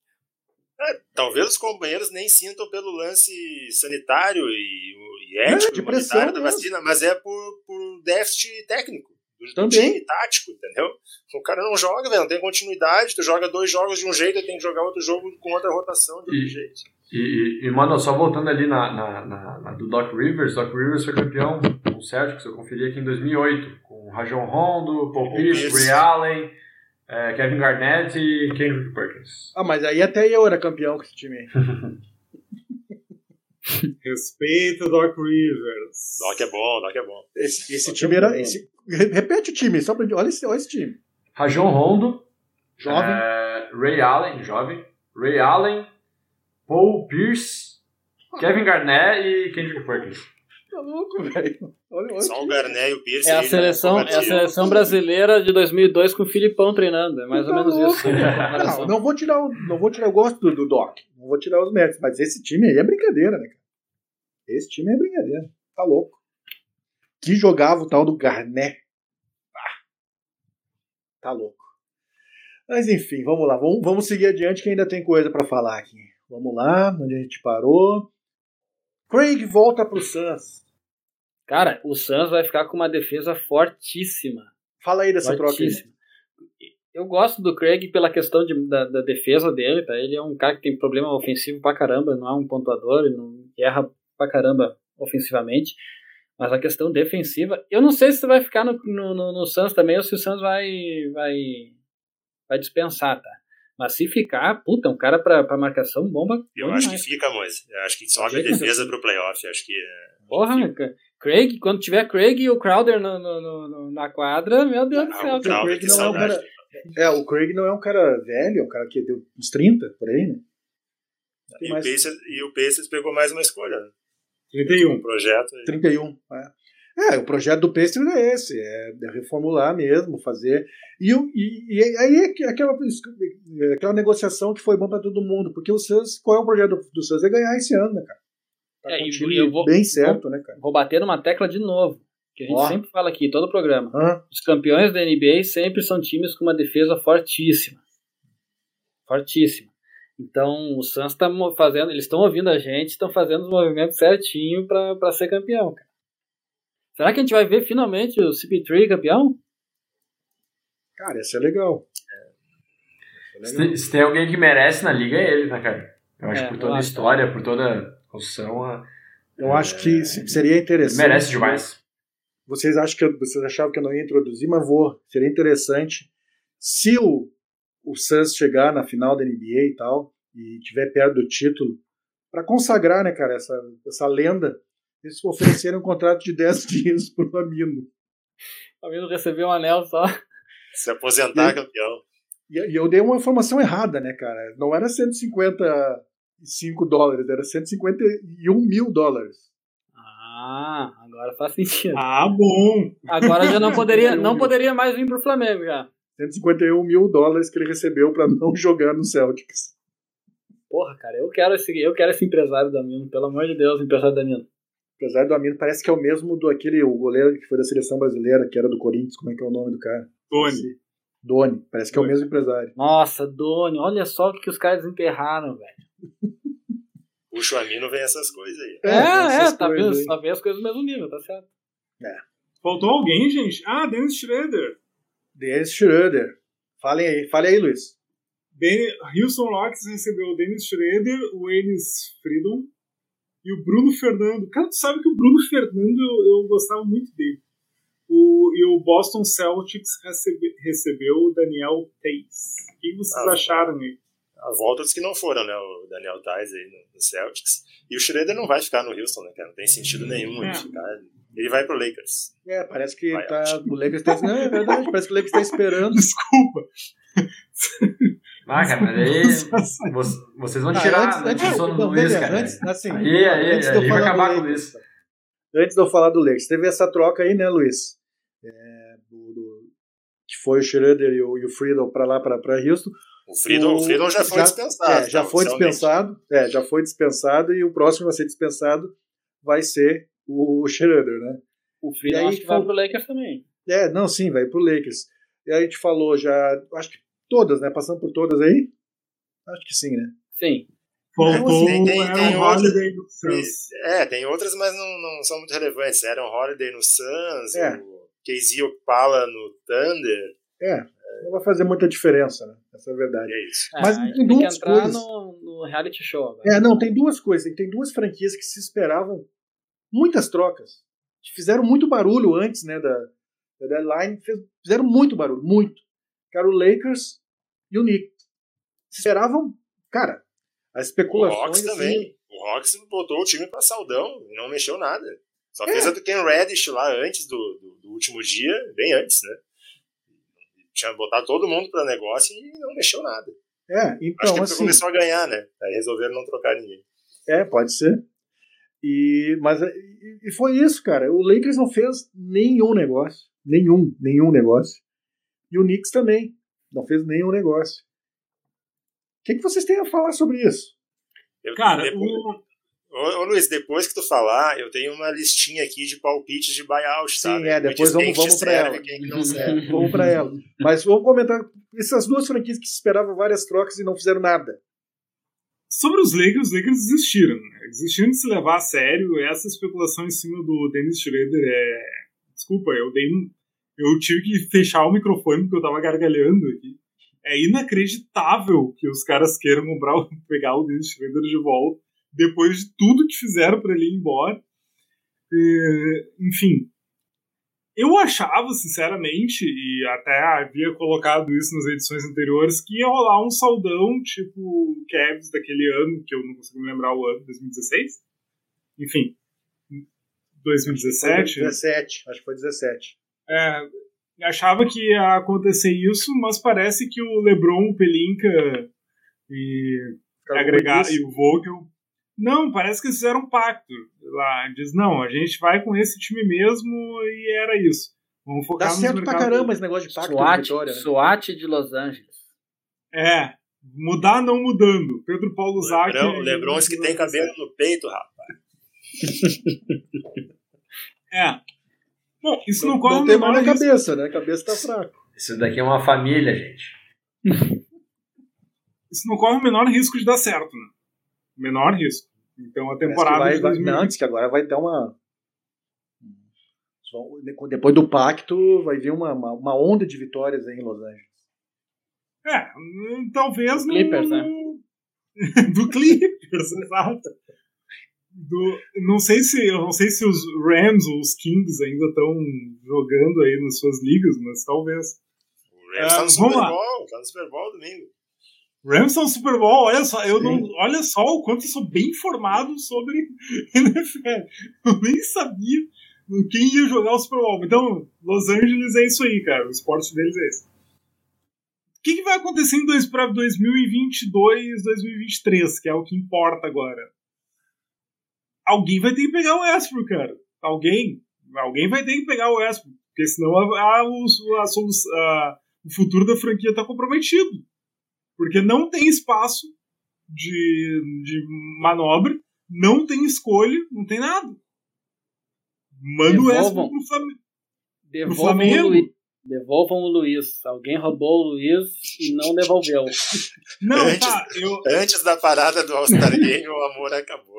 É, talvez os companheiros nem sintam pelo lance sanitário e, e É, ético, de humanitário pressão da mesmo. vacina, mas é por, por déficit técnico, do, do Também. time tático, entendeu? O cara não joga, velho, não tem continuidade, tu joga dois jogos de um jeito e tem que jogar outro jogo com outra rotação de outro E- jeito. E, e, e, mano, só voltando ali na, na, na, na do Doc Rivers, Doc Rivers foi campeão com o Celtics, eu conferi aqui em dois mil e oito, com Rajon Rondo, Paul Paul Pierce, Pierce. Ray Allen, eh, Kevin Garnett e Kendrick Perkins. Ah, mas aí até eu era campeão com esse time aí. Respeita o Doc Rivers. Doc é bom, Doc é bom. Esse, esse Só time que era. eu- Esse, repete o time, só pra, olha, esse, olha esse time. Rajon Rondo, Jovem. eh, Ray Allen, jovem, Ray Allen, Paul Pierce, Kevin Garnett e Kendrick Perkins. Tá louco, velho. Olha, olha Só o aqui. Garnet e o Pierce. É a aí, seleção, né, é a seleção brasileira de dois mil e dois com o Filipão treinando. É mais ou Tá menos louco. isso. Não, não vou tirar o, não vou tirar o gosto do, do Doc. Não vou tirar os méritos, mas esse time aí é brincadeira, né, cara? Esse time é brincadeira. Tá louco. Que jogava o tal do Garnet. Ah, tá louco. Mas enfim, vamos lá. Vamos, vamos seguir adiante que ainda tem coisa pra falar aqui. Vamos lá, onde a gente parou. Craig volta pro Suns. Cara, o Suns vai ficar com uma defesa fortíssima. Fala aí dessa troca aí. fortíssima. Eu gosto do Craig pela questão de, da, da defesa dele, tá? Ele é um cara que tem problema ofensivo pra caramba, não é um pontuador, ele não erra pra caramba ofensivamente. Mas a questão defensiva, eu não sei se vai ficar no, no, no, no Suns também ou se o Suns vai, vai, vai dispensar, tá? Mas se ficar, puta, um cara pra, pra marcação bomba. Eu bom acho demais. que fica, Moise. Eu acho que sobe a jeito defesa nenhum. pro playoff. Acho que é... Porra, ca- Craig, quando tiver Craig e o Crowder no, no, no, no- na quadra, meu Deus do Ah, céu. o cara. Crowder, Craig que não é um saudade. cara- É, o Craig não é um cara velho, é um cara que deu uns trinta, por aí, né? Tem E o, mais Pacers, e o Pacers pegou mais uma escolha, né? trinta e um. Um projeto. e- trinta e um. É. É, o projeto do Pacers é esse, é reformular mesmo, fazer. E, o- e, e aí é que- aquela, aquela negociação que foi bom para todo mundo, porque o Suns, qual é o projeto do, do Suns? É ganhar esse ano, né, cara? Tá É, com um e time eu vou- bem certo, né, cara? Vou bater numa tecla de novo, que a gente Ó. sempre fala aqui, todo o programa. Hã? Os campeões da N B A sempre são times com uma defesa fortíssima. Fortíssima. Então, o Suns está fazendo, eles estão ouvindo a gente, estão fazendo os movimentos certinho para ser campeão, cara. Será que a gente vai ver finalmente o C P três campeão? Cara, isso é legal. Isso é Se legal. tem, se tem alguém que merece na liga, é ele, né, cara? Eu acho É, que por eu toda a acho. história, por toda a construção, a- Eu acho que se- seria ele interessante. merece demais. vocês acham que eu, vocês achavam que eu não ia introduzir, mas vou. Seria interessante se o, o Suns chegar na final da N B A e tal, e tiver perto do título, para consagrar, né, cara, essa, essa lenda, eles ofereceram um contrato de dez dias pro Amino. O Amino recebeu um anel só. Se aposentar, e, campeão. E, e eu dei uma informação errada, né, cara? Não era cento e cinquenta e cinco dólares, era cento e cinquenta e um mil dólares. Ah, agora faz sentido. Ah, bom. Agora já não poderia, não poderia mais vir pro Flamengo já. cento e cinquenta e um mil dólares que ele recebeu para não jogar no Celtics. Porra, cara, eu quero esse, eu quero esse empresário do Amino, pelo amor de Deus, empresário do Amino. O empresário do Amino parece que é o mesmo do aquele, o goleiro que foi da seleção brasileira, que era do Corinthians, como é que é o nome do cara? Doni. Doni, parece que Doni. é o mesmo empresário. Nossa, Doni, olha só o que, que os caras enterraram, velho. Puxa, o Amino vem essas coisas aí. É, é, é tá vendo? aí. Só vê as coisas do mesmo nível, tá certo. É. Faltou alguém, gente? Ah, Dennis Schroeder. Dennis Schroeder. Falem aí, fale aí, Luiz. Den- Houston Rockets recebeu o Dennis Schroeder, o Enes Freedom e o Bruno Fernando. Cara, tu sabe que o Bruno Fernando eu, eu gostava muito dele. O, e o Boston Celtics recebe, recebeu o Daniel Theis. O que vocês Ah, acharam aí? A volta dos que não foram, né? O Daniel Theis aí no, no Celtics. E o Schroeder não vai ficar no Houston, né, cara? Não tem sentido nenhum É. ele ficar. Ele vai pro Lakers. É, parece que Vai, tá, ótimo. o Lakers tá... Não, é verdade, parece que o Lakers tá esperando. Desculpa. Ah, cara, mas aí vo- vocês vão tirar Ah, antes, a antes, sono do não, Luiz, beleza, cara. antes, assim, Aí, aí, antes de eu aí vai falar do acabar com o Lakers, Luiz. Antes de eu falar do Lakers, teve essa troca aí, né, Luiz? É, do, do- que foi o Schroeder e o, e o Friedel pra lá, pra, pra Houston. O Freedom, O- o Freedom já foi já- dispensado. É, já tá, foi oficialmente. dispensado. É, já foi dispensado e o próximo a ser dispensado vai ser o Schroeder, né? O Freedom E aí, acho que vai fal- pro Lakers também. É, não, sim, vai pro Lakers. E aí a gente falou já, acho que todas, né? Passando por todas aí? Acho que sim, né? Sim. Faltou Não, assim, tem- o Aaron tem Holiday do Suns. É, tem outras, mas não, não são muito relevantes. Aaron Holiday no Suns, É. o K Z Okpala no Thunder. É, não vai fazer muita diferença, né? Essa é a verdade. E é isso. Mas Ah, tem tem que duas entrar coisas. no, no reality show agora. É, não, tem duas coisas. Tem duas franquias que se esperavam muitas trocas. Que fizeram muito barulho antes, né, da, da deadline. Fez- Fizeram muito barulho, muito. Que era o Lakers e o Knicks. Se esperavam, cara, as O especulações... Hawks assim, também. O Hawks botou o time pra saldão e não mexeu nada. Só É. fez a do Ken Reddish lá antes do, do, do último dia, bem antes, né? Tinha botado todo mundo pra negócio e não mexeu nada. É, Acho então, que assim... começou a ganhar, né? Aí resolveram não trocar ninguém. É, pode ser. E, mas, e, e foi isso, cara. O Lakers não fez nenhum negócio. Nenhum, nenhum negócio. E o Knicks também. Não fez nenhum negócio. O que, que vocês têm a falar sobre isso? Eu, Cara, depois, o, ô, ô, Luiz, depois que tu falar, eu tenho uma listinha aqui de palpites de buyout, Sim, sabe? é, Me depois diz vamos- quem vamos te pra serve, ela. quem que não serve. Vamos para ela. Mas vamos comentar essas duas franquias que se esperavam várias trocas e não fizeram nada. sobre os Lakers, os Lakers desistiram. Né? Desistiram de se levar a sério. Essa especulação em cima do Dennis Schroeder é... Desculpa, eu dei um... Eu tive que fechar o microfone porque eu tava gargalhando aqui. É inacreditável que os caras queiram comprar, pegar o Dennis Schroeder de volta depois de tudo que fizeram pra ele ir embora. É, enfim, eu achava, sinceramente, e até havia colocado isso nas edições anteriores, que ia rolar um saldão tipo o Cavs daquele ano, que eu não consigo me lembrar o ano, dois mil e dezesseis? Enfim, dois mil e dezessete? Foi dezessete, acho que foi dezessete. É, achava que ia acontecer isso, mas parece que o LeBron, o Pelinka e, agregar, e o Vogel... Não, parece que eles fizeram um pacto lá. Diz, não, a gente vai com esse time mesmo e era isso. Vamos focar Dá nos certo pra mercados. caramba esse negócio de pacto de SWAT, vitória, né? SWAT de Los Angeles. É, mudar não mudando. Pedro Paulo Zac... Lebron, Lebron que tem cabelo no peito, rapaz. É. Bom, isso não, Não, corre não o tem mais menor na risco. cabeça, né? A cabeça tá fraca. Isso daqui é uma família, gente. Isso não corre o menor risco de dar certo, né? Menor risco. Então a Parece que temporada vai, de vai, dois mil e vinte... não, antes que agora vai dar uma... Depois do pacto vai vir uma, uma, uma onda de vitórias aí em Los Angeles. É, hum, talvez Do Clippers, no... né? Do Clippers, exato. Do, não sei se eu não sei se os Rams ou os Kings ainda estão jogando aí nas suas ligas, mas talvez. O Rams tá no Super Bowl, tá no Super Bowl domingo. Rams tá no Super Bowl, olha só, eu não, olha só o quanto eu sou bem informado sobre N F L. Eu nem sabia quem ia jogar o Super Bowl. Então, Los Angeles é isso aí, cara. O esporte deles é esse. O que, que vai acontecer em dois, para dois mil e vinte e dois, dois mil e vinte e três, que é o que importa agora? Alguém vai ter que pegar o Westbrook, cara. Alguém. Alguém vai ter que pegar o Westbrook. Porque senão a, a, a, a, a, o futuro da franquia está comprometido. Porque não tem espaço de, de manobra, não tem escolha, não tem nada. Manda o Westbrook pro Flamengo. Devolvam, pro Flamengo. O Luiz, devolvam o Luiz. Alguém roubou o Luiz e não devolveu. Não, antes, tá. Eu... antes da parada do All-Star Game, o amor acabou.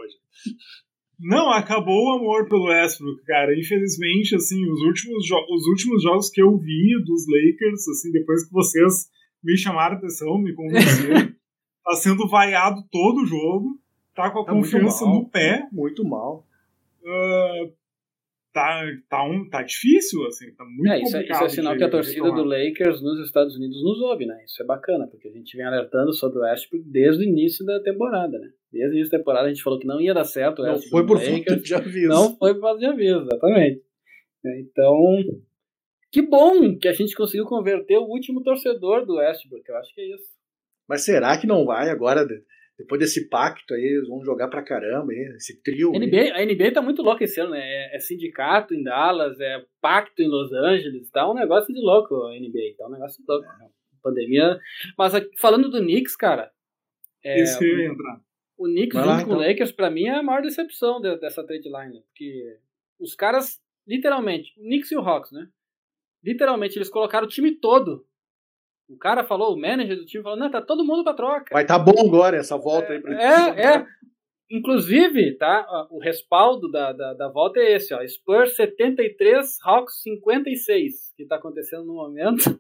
Não, acabou o amor pelo Westbrook, cara. Infelizmente, assim, os últimos, jo- os últimos jogos que eu vi dos Lakers, assim, depois que vocês me chamaram a atenção, me convenceram, tá sendo vaiado todo o jogo, tá com a Tá confiança muito mal, no pé. Muito mal. Uh, tá, tá, um, tá difícil, assim, tá muito É, isso, é, complicado. isso é sinal de, que a torcida de do Lakers nos Estados Unidos nos ouve, né? Isso é bacana, porque a gente vem alertando sobre o Westbrook desde o início da temporada, né? Desde o início da temporada a gente falou que não ia dar certo o Não Westbrook foi no por Lakers. falta de aviso. Não foi por falta de aviso, exatamente. Então, que bom que a gente conseguiu converter o último torcedor do Westbrook, eu acho que é isso. Mas será que não vai agora, depois desse pacto aí, eles vão jogar pra caramba, hein? Esse trio. A N B A, a N B A tá muito louca esse ano, né? É, é sindicato em Dallas, é pacto em Los Angeles, tá um negócio de louco a N B A, tá um negócio de louco. É. Pandemia. Mas falando do Knicks, cara. É, Isso que eu ia entrar. O Knicks Vai junto lá, com então. o Lakers, pra mim, é a maior decepção de, dessa trade line. Porque os caras, literalmente, o Knicks e o Hawks, né? Literalmente, eles colocaram o time todo. O cara falou, o manager do time falou, não, tá todo mundo pra troca. Vai tá bom agora essa volta aí pra É, é. Inclusive, tá, o respaldo da, da, da volta é esse, ó. Spurs setenta e três, Hawks cinquenta e seis, que tá acontecendo no momento.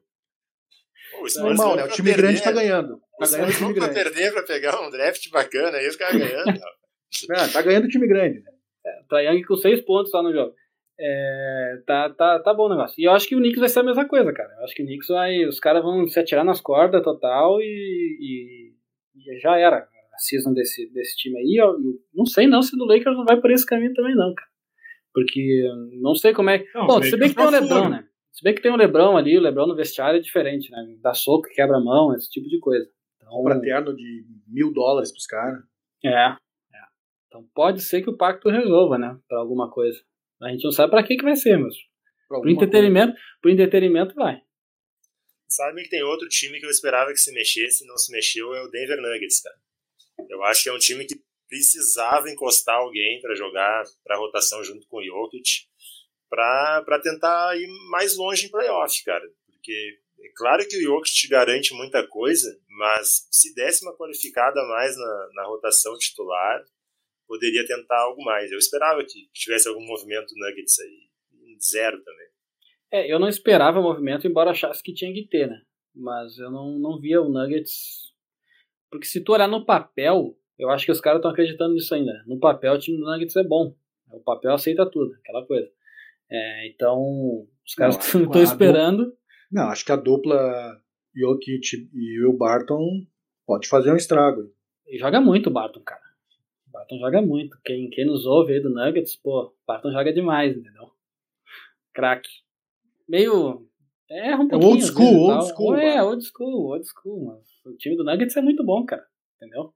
Pô, É normal, né? O time grande tá ganhando. Tá Os ganhando o Spurs time vão pra grande. perder pra pegar um draft bacana, aí os caras ganhando. É, tá ganhando o time grande. Trae Young com seis pontos lá no jogo. É, tá, tá, tá bom o negócio. E eu acho que o Knicks vai ser a mesma coisa, cara. Eu acho que o Knicks vai. Os caras vão se atirar nas cordas total e, e, e já era a season desse, desse time aí. Eu, eu não sei não se do Lakers não vai por esse caminho também, não, cara. Porque não sei como é que. Não, Bom, o se bem que tem o Lakers já Lebron, foi. né? Se bem que tem o Lebron ali, o Lebron no vestiário é diferente, né? Dá soco, quebra a mão, esse tipo de coisa. Então, Compra terno de mil dólares pros caras. é, é. Então pode ser que o pacto resolva, né? Pra alguma coisa. A gente não sabe pra que que vai ser, mas Pra pro alguma entretenimento, pro entretenimento vai. Sabe que tem outro time que eu esperava que se mexesse e não se mexeu, é o Denver Nuggets, cara. Eu acho que é um time que precisava encostar alguém pra jogar pra rotação junto com o Jokic, pra, pra tentar ir mais longe em playoff, cara. Porque é claro que o Jokic te garante muita coisa, mas se desse uma qualificada a mais na, na rotação titular, poderia tentar algo mais. Eu esperava que tivesse algum movimento Nuggets aí. Zero também. É, eu não esperava o movimento, embora achasse que tinha que ter, né? Mas eu não, não via o Nuggets... Porque se tu olhar no papel, eu acho que os caras estão acreditando nisso ainda. No papel, o time do Nuggets é bom. O papel aceita tudo, aquela coisa. É, então, os caras Não, estão acho que a esperando. Não, acho que a dupla Jokic e Will Barton pode fazer um estrago. E joga muito o Barton, cara. O Barton joga muito. Quem, quem nos ouve aí do Nuggets, pô, o Barton joga demais, entendeu? Craque. Meio... Erra um É pouquinho. old às school, vezes e old tal. school, É, mano. old school, old school. Mas o time do Nuggets é muito bom, cara. Entendeu?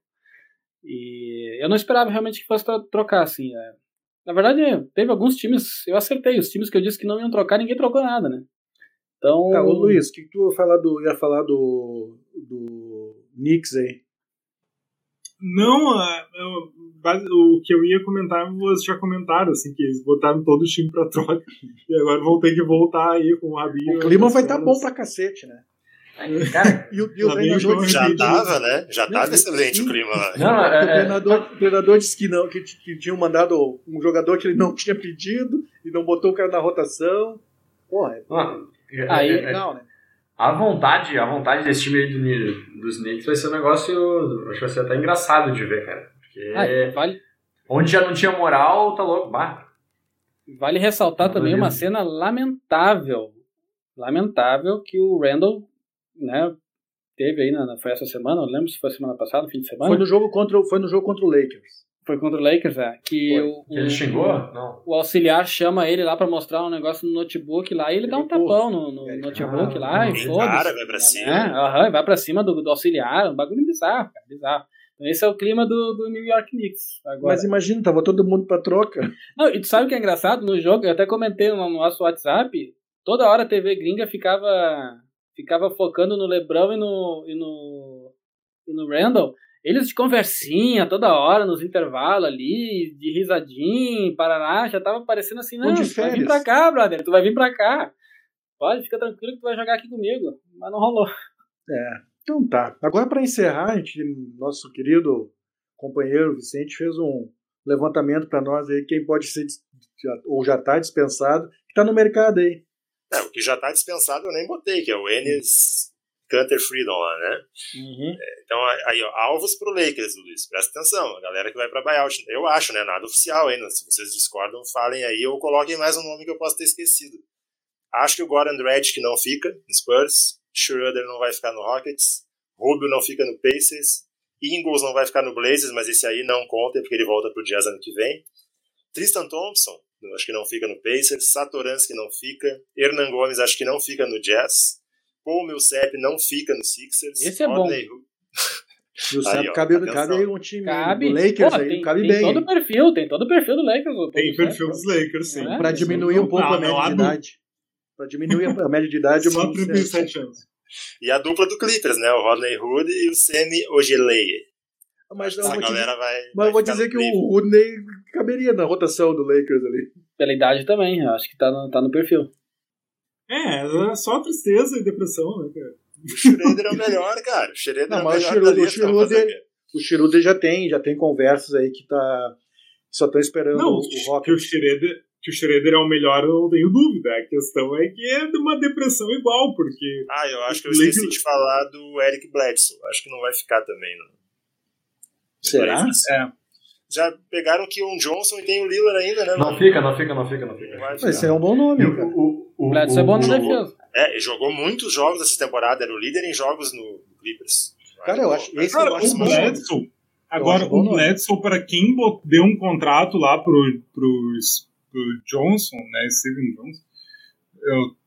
E eu não esperava realmente que fosse tro- trocar, assim. É. Na verdade, teve alguns times... Eu acertei. Os times que eu disse que não iam trocar, ninguém trocou nada, né? Então... Tá, ô Luiz, o que tu ia falar do, ia falar do, do Knicks aí? Não, ah, eu- base- o que eu ia comentar, vocês já comentaram, assim, que eles botaram todo o time pra troca. E agora vão ter que voltar aí com o Rabinho. O clima vai estar tá bom pra cacete, né? Cara, E o, e o Lá vem treinador o disse Já que- tava, né? Já tava Não, excelente sim. o clima lá. não, O é, é, treinador, o treinador disse que não, que, que tinham mandado um jogador que ele não tinha pedido e não botou o cara na rotação. Porra, é não, é- Aí- é- é- legal, né? a vontade, a vontade desse time aí do, Ni- dos Knicks vai ser um negócio, acho que vai ser até engraçado de ver, cara. Porque Ah, vale, Onde já não tinha moral, tá louco. Bah. Vale ressaltar também uma cena lamentável. Lamentável que o Randall, né, teve aí, na, foi essa semana, não lembro se foi semana passada, no fim de semana. Foi no jogo contra, foi no jogo contra o Lakers. Foi contra o Lakers, é. Que, o, que ele xingou? Não. O auxiliar chama ele lá pra mostrar um negócio no notebook lá e ele, ele dá um tapão no, no notebook ah, lá e foda-se. Cara, vai pra cima. É, uhum, vai pra cima do, do auxiliar, um bagulho bizarro, cara, bizarro. Então esse é o clima do, do New York Knicks. Agora. Mas imagina, tava todo mundo pra troca. Não, e tu sabe o que é engraçado? No jogo, eu até comentei no nosso WhatsApp, toda hora a T V gringa ficava, ficava focando no LeBron e no, e no, e no Randall. Eles de conversinha toda hora, nos intervalos ali, de risadinha, parará, já tava parecendo assim, não, tu vai vir pra cá, brother, tu vai vir pra cá. Pode, fica tranquilo que tu vai jogar aqui comigo. Mas não rolou. É, então tá. Agora pra encerrar, a gente, nosso querido companheiro Vicente fez um levantamento pra nós aí, quem pode ser, ou já tá dispensado, que tá no mercado aí. É, o que já tá dispensado eu nem botei, que é o Enes Canter Freedom lá, né? Uhum. É, então, aí, ó, alvos pro Lakers, Luiz. Presta atenção, a galera que vai pra buyout. Eu acho, né? Nada oficial ainda. Se vocês discordam, falem aí ou coloquem mais um nome que eu posso ter esquecido. Acho que o Goran Dragic não fica no Spurs. Schroeder não vai ficar no Rockets. Rubio não fica no Pacers. Ingles não vai ficar no Blazers, mas esse aí não conta, porque ele volta pro Jazz ano que vem. Tristan Thompson, acho que não fica no Pacers. Satoransky não fica. Hernan Gomes, acho que não fica no Jazz. Paul Millsap não fica no Sixers. Esse é Rodney bom. Millsap aí, cabe, cabe aí um time cabe. do Lakers, Pô, aí, tem, cabe tem bem. Tem todo o perfil, tem todo o perfil do Lakers. Tem perfil dos Lakers, sim. É, pra diminuir um pouco a média de idade. Pra diminuir a média de idade. Só trinta e sete anos. E a dupla do Clippers, né? O Rodney Hood e o Semi Ojeleye. Mas eu Essa vou galera dizer, vai. mas vai eu vou ficar dizer no que nível. o Rodney caberia na rotação do Lakers ali. Pela idade também, eu acho que tá no, tá no perfil. É, é só tristeza e depressão, né, cara? O Schroeder é o melhor, cara. O Schroeder Não, é o mas melhor o da Schroeder, lista. o Schroeder, o Schroeder já tem, já tem conversas aí que tá só estão esperando Não, o, o que o Rockets. Schroeder, que o Schroeder é o melhor, eu não tenho dúvida. A questão é que é de uma depressão igual, porque... Ah, eu acho que eu o Lakers- esqueci de falar do Eric Bledsoe. Acho que não vai ficar também, não. Será? É. Já pegaram o Keon Johnson e tem o Lillard ainda, né? Não mano? fica, não fica, não fica, não fica. Não vai Mas ficar. esse é um bom nome, E cara. o, o, o, O Bledsoe é bom na jogou- defesa. É, ele jogou muitos jogos essa temporada, era o líder em jogos no Clippers. Cara, eu acho- esse Cara, eu acho o bom. Bledsoe... Agora, acho bom o nome. Bledsoe, para quem bot- deu um contrato lá pro, pro, pro Johnson, né, Steven Johnson, eu-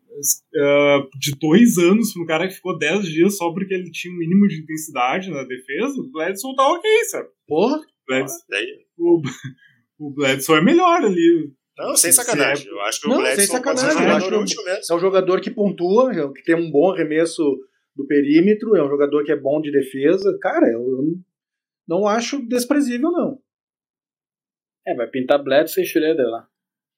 Uh, de dois anos para um cara que ficou dez dias só porque ele tinha um mínimo de intensidade na defesa, o Bledsoe tá ok, sabe? Porra, Bledsoe, Daí- o, o Bledsoe é melhor ali. Não, sem Se sacanagem. é- Eu acho que Não, o Bledsoe sem pode ser sacanagem, um eu jogador acho útil mesmo. é um jogador que pontua, que tem um bom arremesso do perímetro, é um jogador que é bom de defesa. Cara, eu não, não acho desprezível, não. É, vai pintar Bledsoe e Schroeder lá.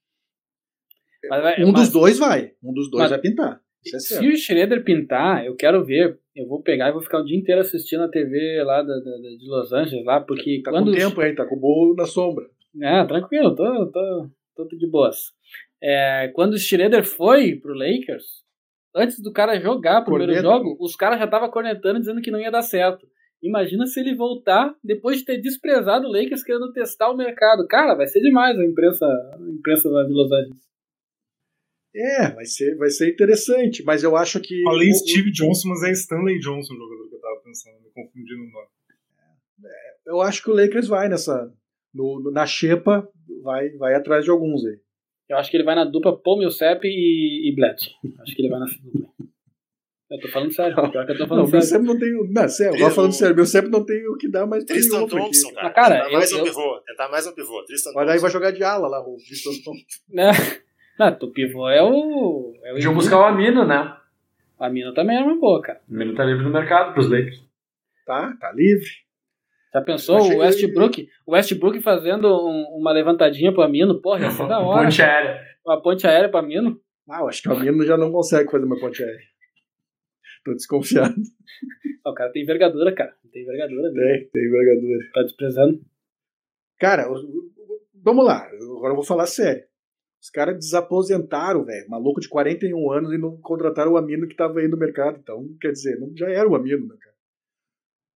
Mas vai- Um mas- dos dois vai. Um dos dois Mas- vai pintar. Isso é certo. Se o Schroeder pintar, eu quero ver. Eu vou pegar e vou ficar o dia inteiro assistindo a T V lá da, da- da- de Los Angeles, lá, porque Tá quando. com tempo aí, tá com o bolo na sombra. É, tranquilo, tô, tô, tô de boas. É, quando o Schroeder foi pro Lakers, antes do cara jogar o primeiro Corneta. jogo, os caras já estavam cornetando dizendo que não ia dar certo. Imagina se ele voltar depois de ter desprezado o Lakers querendo testar o mercado. Cara, vai ser demais a imprensa, a imprensa lá de Los Angeles. É, vai ser, vai ser interessante, mas eu acho que. Falei o- Steve Johnson, mas é Stanley Johnson o jogador que eu tava pensando, me confundindo o nome. Eu acho que o Lakers vai nessa. No, no- na xepa, vai, vai atrás de alguns aí. Eu acho que ele vai na dupla Paul Millsap e, e Bledsoe. Acho que ele vai nessa dupla. Eu tô falando sério. Pior que eu tô Não, falando o meu sério. sempre não tem. Não, sério, agora falando sério, meu sempre não tem o que dar mais Tristan nenhum, porque- Thompson, cara. Ah, cara, tentar mais eu- um eu- pivô. Tentar mais um pivô. Tristan Mas daí Thompson. vai jogar de ala lá, o Tristan Thompson. Né? Não, o pivô é o. É o Podiam buscar o Amino, né? A mina também é uma boa, cara. O Amino tá livre no mercado pros Lakers. Tá, tá livre. Já pensou Achei o Westbrook, o Westbrook fazendo um- uma levantadinha pro Amino? Porra, ia ser da hora. Ponte aérea. Uma ponte aérea pro Amino. Ah, eu acho que o Amino já não consegue fazer uma ponte aérea. Tô desconfiado. Ah, o cara tem envergadura, cara. Tem envergadura. Né? Tem, tem envergadura. Tá desprezando. Cara, o- o- vamos lá. Agora eu vou falar sério. Os caras desaposentaram, velho. Maluco de quarenta e um anos e não contrataram o Amino que tava aí no mercado. Então, quer dizer, não, já era o Amino, né, cara?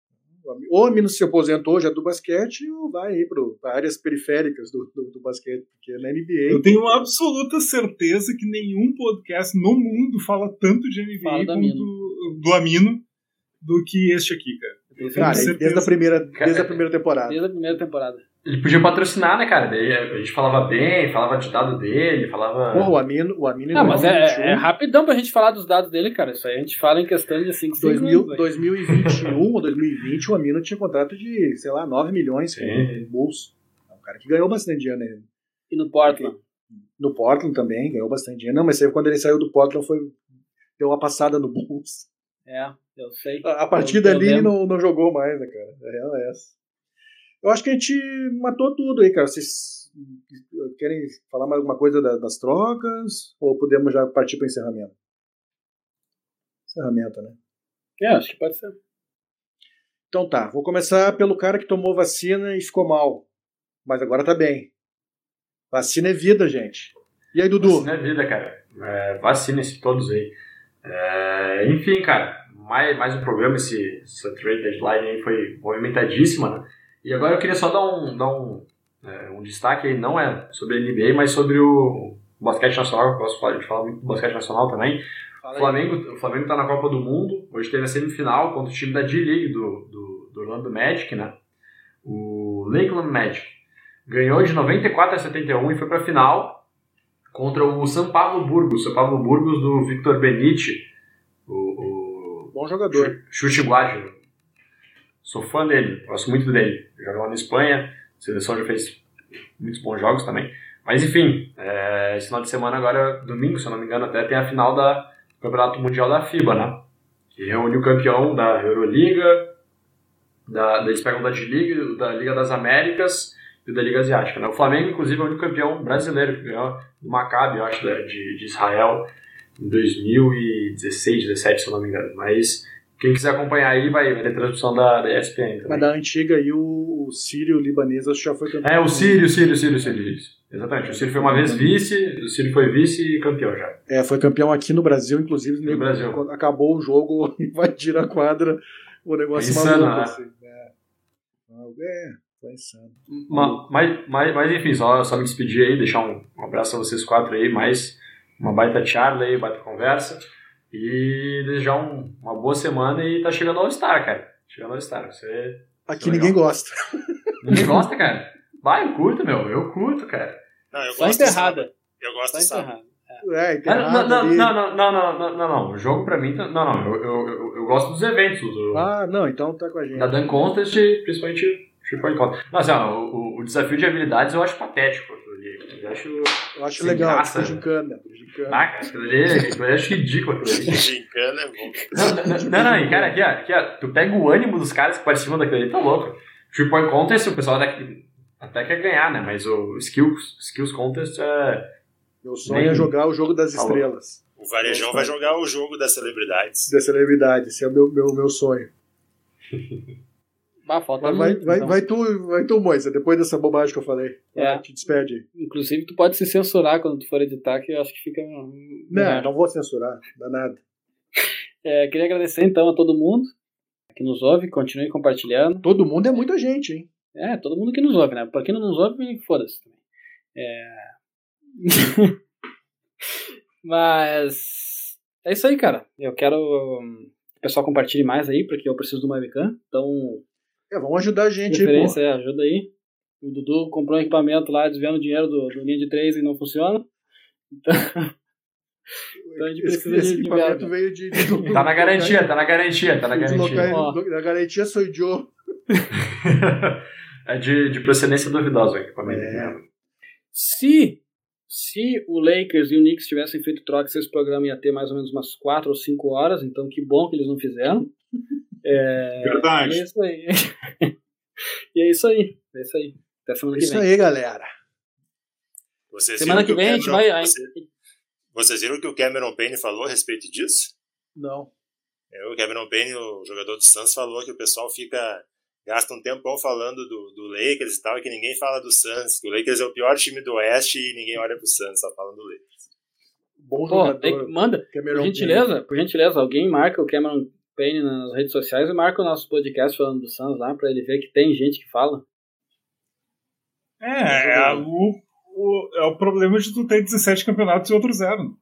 ou o Amino se aposentou já do basquete, ou vai aí para áreas periféricas do, do, do basquete, porque na N B A... Eu tenho absoluta certeza que nenhum podcast no mundo fala tanto de N B A Fala do quanto Amino. do, do Amino do que este aqui, cara. Eu tenho Cara, certeza. desde a primeira, desde a primeira temporada. Desde a primeira temporada. Ele podia patrocinar, né, cara? Daí a gente falava bem, falava de dado dele, falava... Porra, o Amino, o Amino Não, em mas dois mil e vinte e um, é, é rapidão pra gente falar dos dados dele, cara. Isso aí a gente fala em questão de cinco dois mil, segundos. dois mil e vinte e um ou dois mil e vinte, o Amino tinha contrato de, sei lá, nove milhões com Sim. o Bulls. É um cara que ganhou bastante dinheiro, né? E no Portland. No Portland também, ganhou bastante dinheiro. Não, mas aí quando ele saiu do Portland, foi, deu uma passada no Bulls. É, eu sei. A, a partir Eu- eu dali ele lembro. não, não jogou mais, né, cara? A real é essa. Eu acho que a gente matou tudo aí, cara. Vocês querem falar mais alguma coisa da- das trocas? Ou podemos já partir para o encerramento? Encerramento, né? É, acho que pode ser. Então tá, vou começar pelo cara que tomou vacina e ficou mal. Mas agora tá bem. Vacina é vida, gente. E aí, Dudu? Vacina é vida, cara. É, vacinem-se todos aí. É, enfim, cara, mais, mais um programa, esse, essa trade deadline aí foi movimentadíssima, né? E agora eu queria só dar um, dar um, é, um destaque aí, não é sobre a N B A, mas sobre o basquete nacional, eu gosto de falar, de falar muito do basquete nacional também. O Flamengo, o Flamengo tá na Copa do Mundo, hoje teve a semifinal contra o time da D-League do, do, do Orlando Magic, né? O Lakeland Magic. Ganhou de noventa e quatro a setenta e um e foi pra final contra o São Paulo Burgos, São Paulo Burgos do Victor Benite, o, o Bom jogador. chute guarda. Sou fã dele, gosto muito dele. Joga lá na Espanha, a seleção já fez muitos bons jogos também. Mas enfim, é, esse final de semana agora, domingo, se eu não me engano, até tem a final da do Campeonato Mundial da FIBA, né? Que reúne o campeão da Euroliga, da, eles pegam da D-League, da Liga das Américas e da Liga Asiática, né? O Flamengo, inclusive, é o único campeão brasileiro que ganhou do Maccabi, eu acho, de, de Israel, em dois mil e dezesseis, dezessete, se eu não me engano. Mas quem quiser acompanhar aí, vai, vai ter transmissão da, da E S P N também. Mas da antiga aí, o, o Sírio Libanês acho que já foi campeão. É, o Sírio, Sírio, Sírio, Sírio, isso. Exatamente, o Sírio foi uma vez vice, o Sírio foi vice e campeão já. É, foi campeão aqui no Brasil, inclusive. No Brasil. Quando acabou o jogo, invadir a quadra, o negócio Foi insano, maluco, né? assim. É, é foi insano. Ma- Mas, mas, mas enfim, só, só me despedir aí, deixar um, um abraço a vocês quatro aí, mais uma baita charla aí, baita conversa. E desejar um, uma boa semana e tá chegando ao All-Star, cara. Chegando ao All-Star. Você, Aqui Isso é ninguém legal. gosta. ninguém gosta, cara? Vai, eu curto, meu. Eu curto, cara. Não, eu Só gosto do enterrada. sábado. Eu gosto Só do sábado. enterrado. É, Ah, enterrado Não, não, ali. não, não, não, não, não, não, não. O jogo pra mim, tá- não, não. Eu, eu, eu, eu gosto dos eventos, do, Ah, não, então tá com a gente. da Dunk Contest, principalmente Three Point Contest. Não, assim, ó, o, o desafio de habilidades eu acho patético. aquilo ali. Eu acho. Eu acho sem legal, graça. tipo gincana. gincana. Ah, cara, aquilo ali, aquilo ali eu acho ridículo. Aquilo ali. Gincana é bom. Não, não, não, não, e cara, aqui, ó, aqui, ó, tu pega o ânimo dos caras que participam daquilo ali, tá louco. Three Point Contest, o pessoal daqui até quer ganhar, né? Mas o Skills, skills Contest é. Meu sonho Nem- é jogar o jogo das Falou. estrelas. O Varejão vai jogar o jogo das celebridades. Da celebridade. Esse é o meu, meu, meu sonho. Bah, falta Mas vai, muito, vai, então. vai tu, vai tu, Moisa, depois dessa bobagem que eu falei. É. Vai, te despede aí. Inclusive, tu pode se censurar quando tu for editar, que eu acho que fica... Não, não vou censurar, dá nada. É, queria agradecer, então, a todo mundo que nos ouve, continue compartilhando. Todo mundo é muita gente, hein? É, todo mundo que nos ouve, né? Pra quem não nos ouve, foda-se também. É... Mas é isso aí, cara. Eu quero hum, que o pessoal compartilhe mais aí, porque eu preciso de uma webcam. Então, É, vão ajudar a gente aí, pô. referência, é, ajuda aí. O Dudu comprou um equipamento lá, desviando o dinheiro do, do linha de três e não funciona. Então, então a gente Esse, precisa esse de, de equipamento verba. veio de, de Tá na garantia, tá na garantia, tá na de garantia. local- Ó. do- da garantia sou Joe. É de, de procedência duvidosa o equipamento. É. Se, se o Lakers e o Knicks tivessem feito troca, esse programa ia ter mais ou menos umas quatro ou cinco horas, então que bom que eles não fizeram. É, Verdade. E é isso aí. E é isso aí. É isso aí. Até semana que Isso vem. aí, galera. Vocês Semana viram que vem a o gente Cameron- vai. Vocês, vocês viram o que o Cameron Payne falou a respeito disso? Não. É, o Cameron Payne, o jogador do Suns, falou que o pessoal fica gasta um tempão falando do, do Lakers e tal, e que ninguém fala do Suns, que o Lakers é o pior time do Oeste e ninguém olha pro Suns, só falando do Lakers. Bom Pô, jogador. tem que- manda, Cameron por gentileza, por gentileza, alguém marca o Cameron Payne nas redes sociais e marca o nosso podcast falando do Suns lá, pra ele ver que tem gente que fala. É, é, o, o, é o problema de tu ter dezessete campeonatos e outro zero.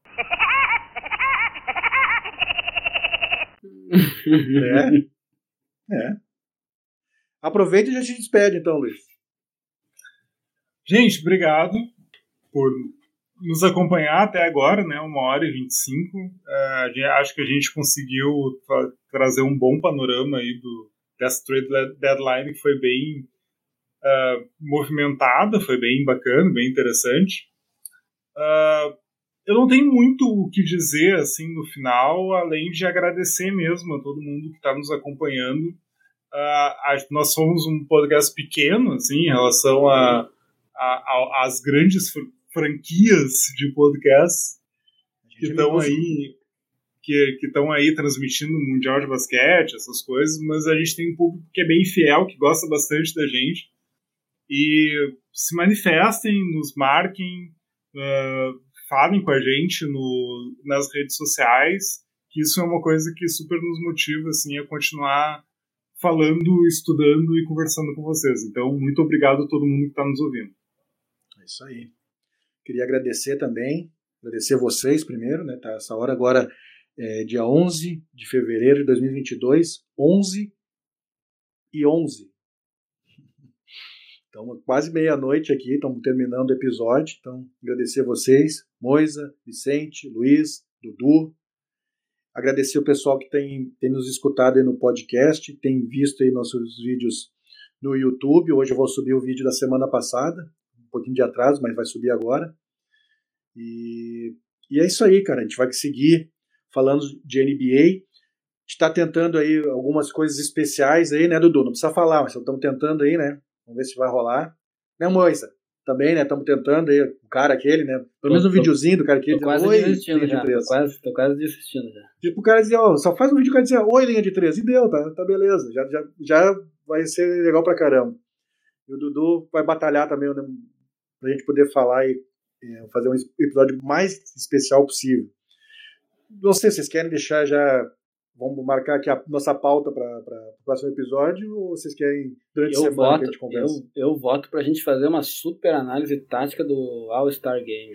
É. É. Aproveita e já te despede, então, Luiz. Gente, obrigado por nos acompanhar até agora, né? Uma hora e vinte e cinco. Uh, acho que a gente conseguiu tra- trazer um bom panorama aí do, dessa trade deadline, que foi bem uh, movimentada, foi bem bacana, bem interessante. Uh, eu não tenho muito o que dizer assim no final, além de agradecer mesmo a todo mundo que está nos acompanhando. Uh, a, nós somos um podcast pequeno, assim, em relação a, a, a, às grandes fr- franquias de podcasts que estão aí, que estão aí transmitindo o Mundial de Basquete, essas coisas, mas a gente tem um público que é bem fiel, que gosta bastante da gente. E se manifestem, nos marquem, uh, falem com a gente no, nas redes sociais, que isso é uma coisa que super nos motiva assim, a continuar falando, estudando e conversando com vocês. Então, muito obrigado a todo mundo que está nos ouvindo. É isso aí. Queria agradecer também, agradecer vocês primeiro, né? Tá, essa hora agora é dia onze de fevereiro de dois mil e vinte e dois, onze e onze. Então, quase meia-noite aqui, estamos terminando o episódio. Então, agradecer vocês, Moisa, Vicente, Luiz, Dudu. Agradecer o pessoal que tem, tem nos escutado aí no podcast, tem visto aí nossos vídeos no YouTube. Hoje eu vou subir o vídeo da semana passada, um pouquinho de atraso, mas vai subir agora. E, e é isso aí, cara. A gente vai seguir falando de N B A. A gente está tentando aí algumas coisas especiais aí, né, Dudu? Não precisa falar, mas estamos tentando aí, né? Vamos ver se vai rolar. Né, Moisa? Também, né? Estamos tentando aí, o cara aquele, né? Pelo menos um videozinho do cara aquele. Tô quase Oi, desistindo linha já. de três. Tô quase, tô quase desistindo já. Tipo, o cara dizia, ó, só faz um vídeo que o cara dizia, oi, linha de três. E deu, tá, tá beleza. Já, já, já vai ser legal pra caramba. E o Dudu vai batalhar também, né, pra gente poder falar e é, fazer um episódio mais especial possível. Não sei se vocês querem deixar já... Vamos marcar aqui a nossa pauta para o próximo episódio, ou vocês querem durante a Eu semana voto, que a gente conversa? eu, eu voto pra gente fazer uma super análise tática do All-Star Game.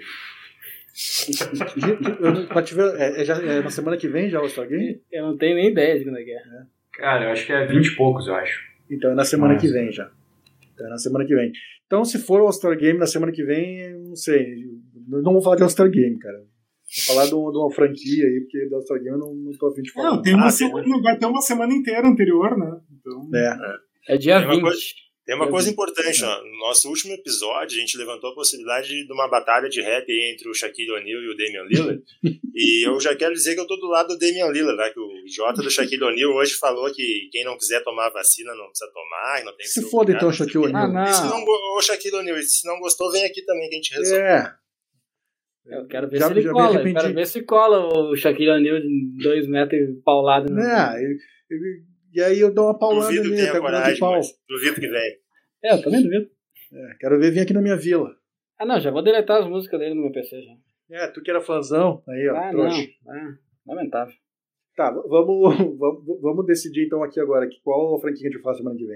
Eu, eu, é, é, já, é na semana que vem já o All-Star Game? Eu não tenho nem ideia de quando é que é. É. Cara, eu acho que é vinte e poucos, eu acho. Então é na semana Nossa. que vem já. Então é na semana que vem. Então, se for o All-Star Game na semana que vem, eu não sei. Eu não vou falar de All-Star Game, cara. Vou falar de uma, de uma franquia aí, porque do All-Star Game eu não, não tô a fim de falar. Não, tem uma Ah, semana, tem vai ter uma semana inteira anterior, né? Então, É. É dia Tem uma vinte. coisa- Tem uma Eu coisa vi. importante, ó. No nosso último episódio, a gente levantou a possibilidade de uma batalha de rap aí entre o Shaquille O'Neal e o Damian Lillard. E eu já quero dizer que eu tô do lado do Damian Lillard, né? Que o idiota do Shaquille O'Neal hoje falou que quem não quiser tomar vacina não precisa tomar, que não tem que Se ser foda obrigado, então, não sei o Shaquille quê. O'Neal. Ah, E se não. não, go- ô Shaquille O'Neal, e se não gostou, vem aqui também que a gente resolve. É. Eu quero ver Já- se ele já me cola. Eu arrependi. quero ver se cola o Shaquille O'Neal de dois metros e paulado. no- Né? E, e- e aí eu dou uma paulada Duvido que nele, tenha pego um monte de coragem, pau. mas duvido que venha. É, eu também duvido. É, quero ver vir aqui na minha vila. Ah, não, já vou deletar as músicas dele no meu P C já. É, tu que era fãzão, aí ó, Ah, trouxa. não. Ah, lamentável. Tá, v- vamos, vamos, vamos decidir então aqui agora que qual franquia que a gente faz semana que vem.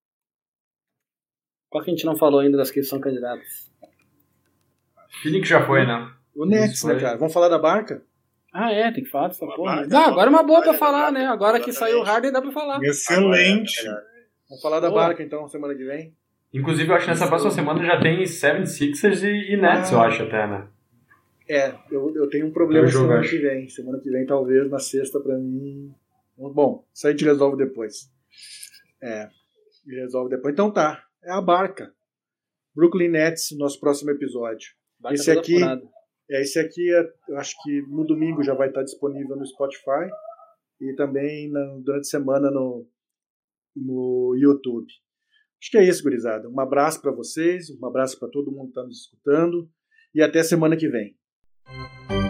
Qual que a gente não falou ainda das que são candidatas? Phoenix já foi, né? O Nets, Isso né, foi. cara? Vamos falar da Barca? Ah, é, tem que falar dessa Uma porra. barca, Ah, agora é uma boa pra olha, falar, barca, né? Agora que exatamente. saiu o Harden dá pra falar. excelente. Agora, Vamos falar da Boa. Barca então, semana que vem. Inclusive, eu acho que nessa próxima semana já tem setenta e sixers e, e Nets, Ah. eu acho até, né? É, eu, eu tenho um problema Tem um jogo, semana acho. que vem. Semana que vem, talvez, na sexta, pra mim. Bom, isso a gente resolve depois. É, resolve depois. Então tá, é a Barca. Brooklyn Nets, nosso próximo episódio. Barca Esse toda aqui- furada. É, esse aqui, é, eu acho que no domingo já vai estar disponível no Spotify e também na- durante a semana no, no YouTube. Acho que é isso, gurizada. Um abraço para vocês, um abraço para todo mundo que está nos escutando e até semana que vem.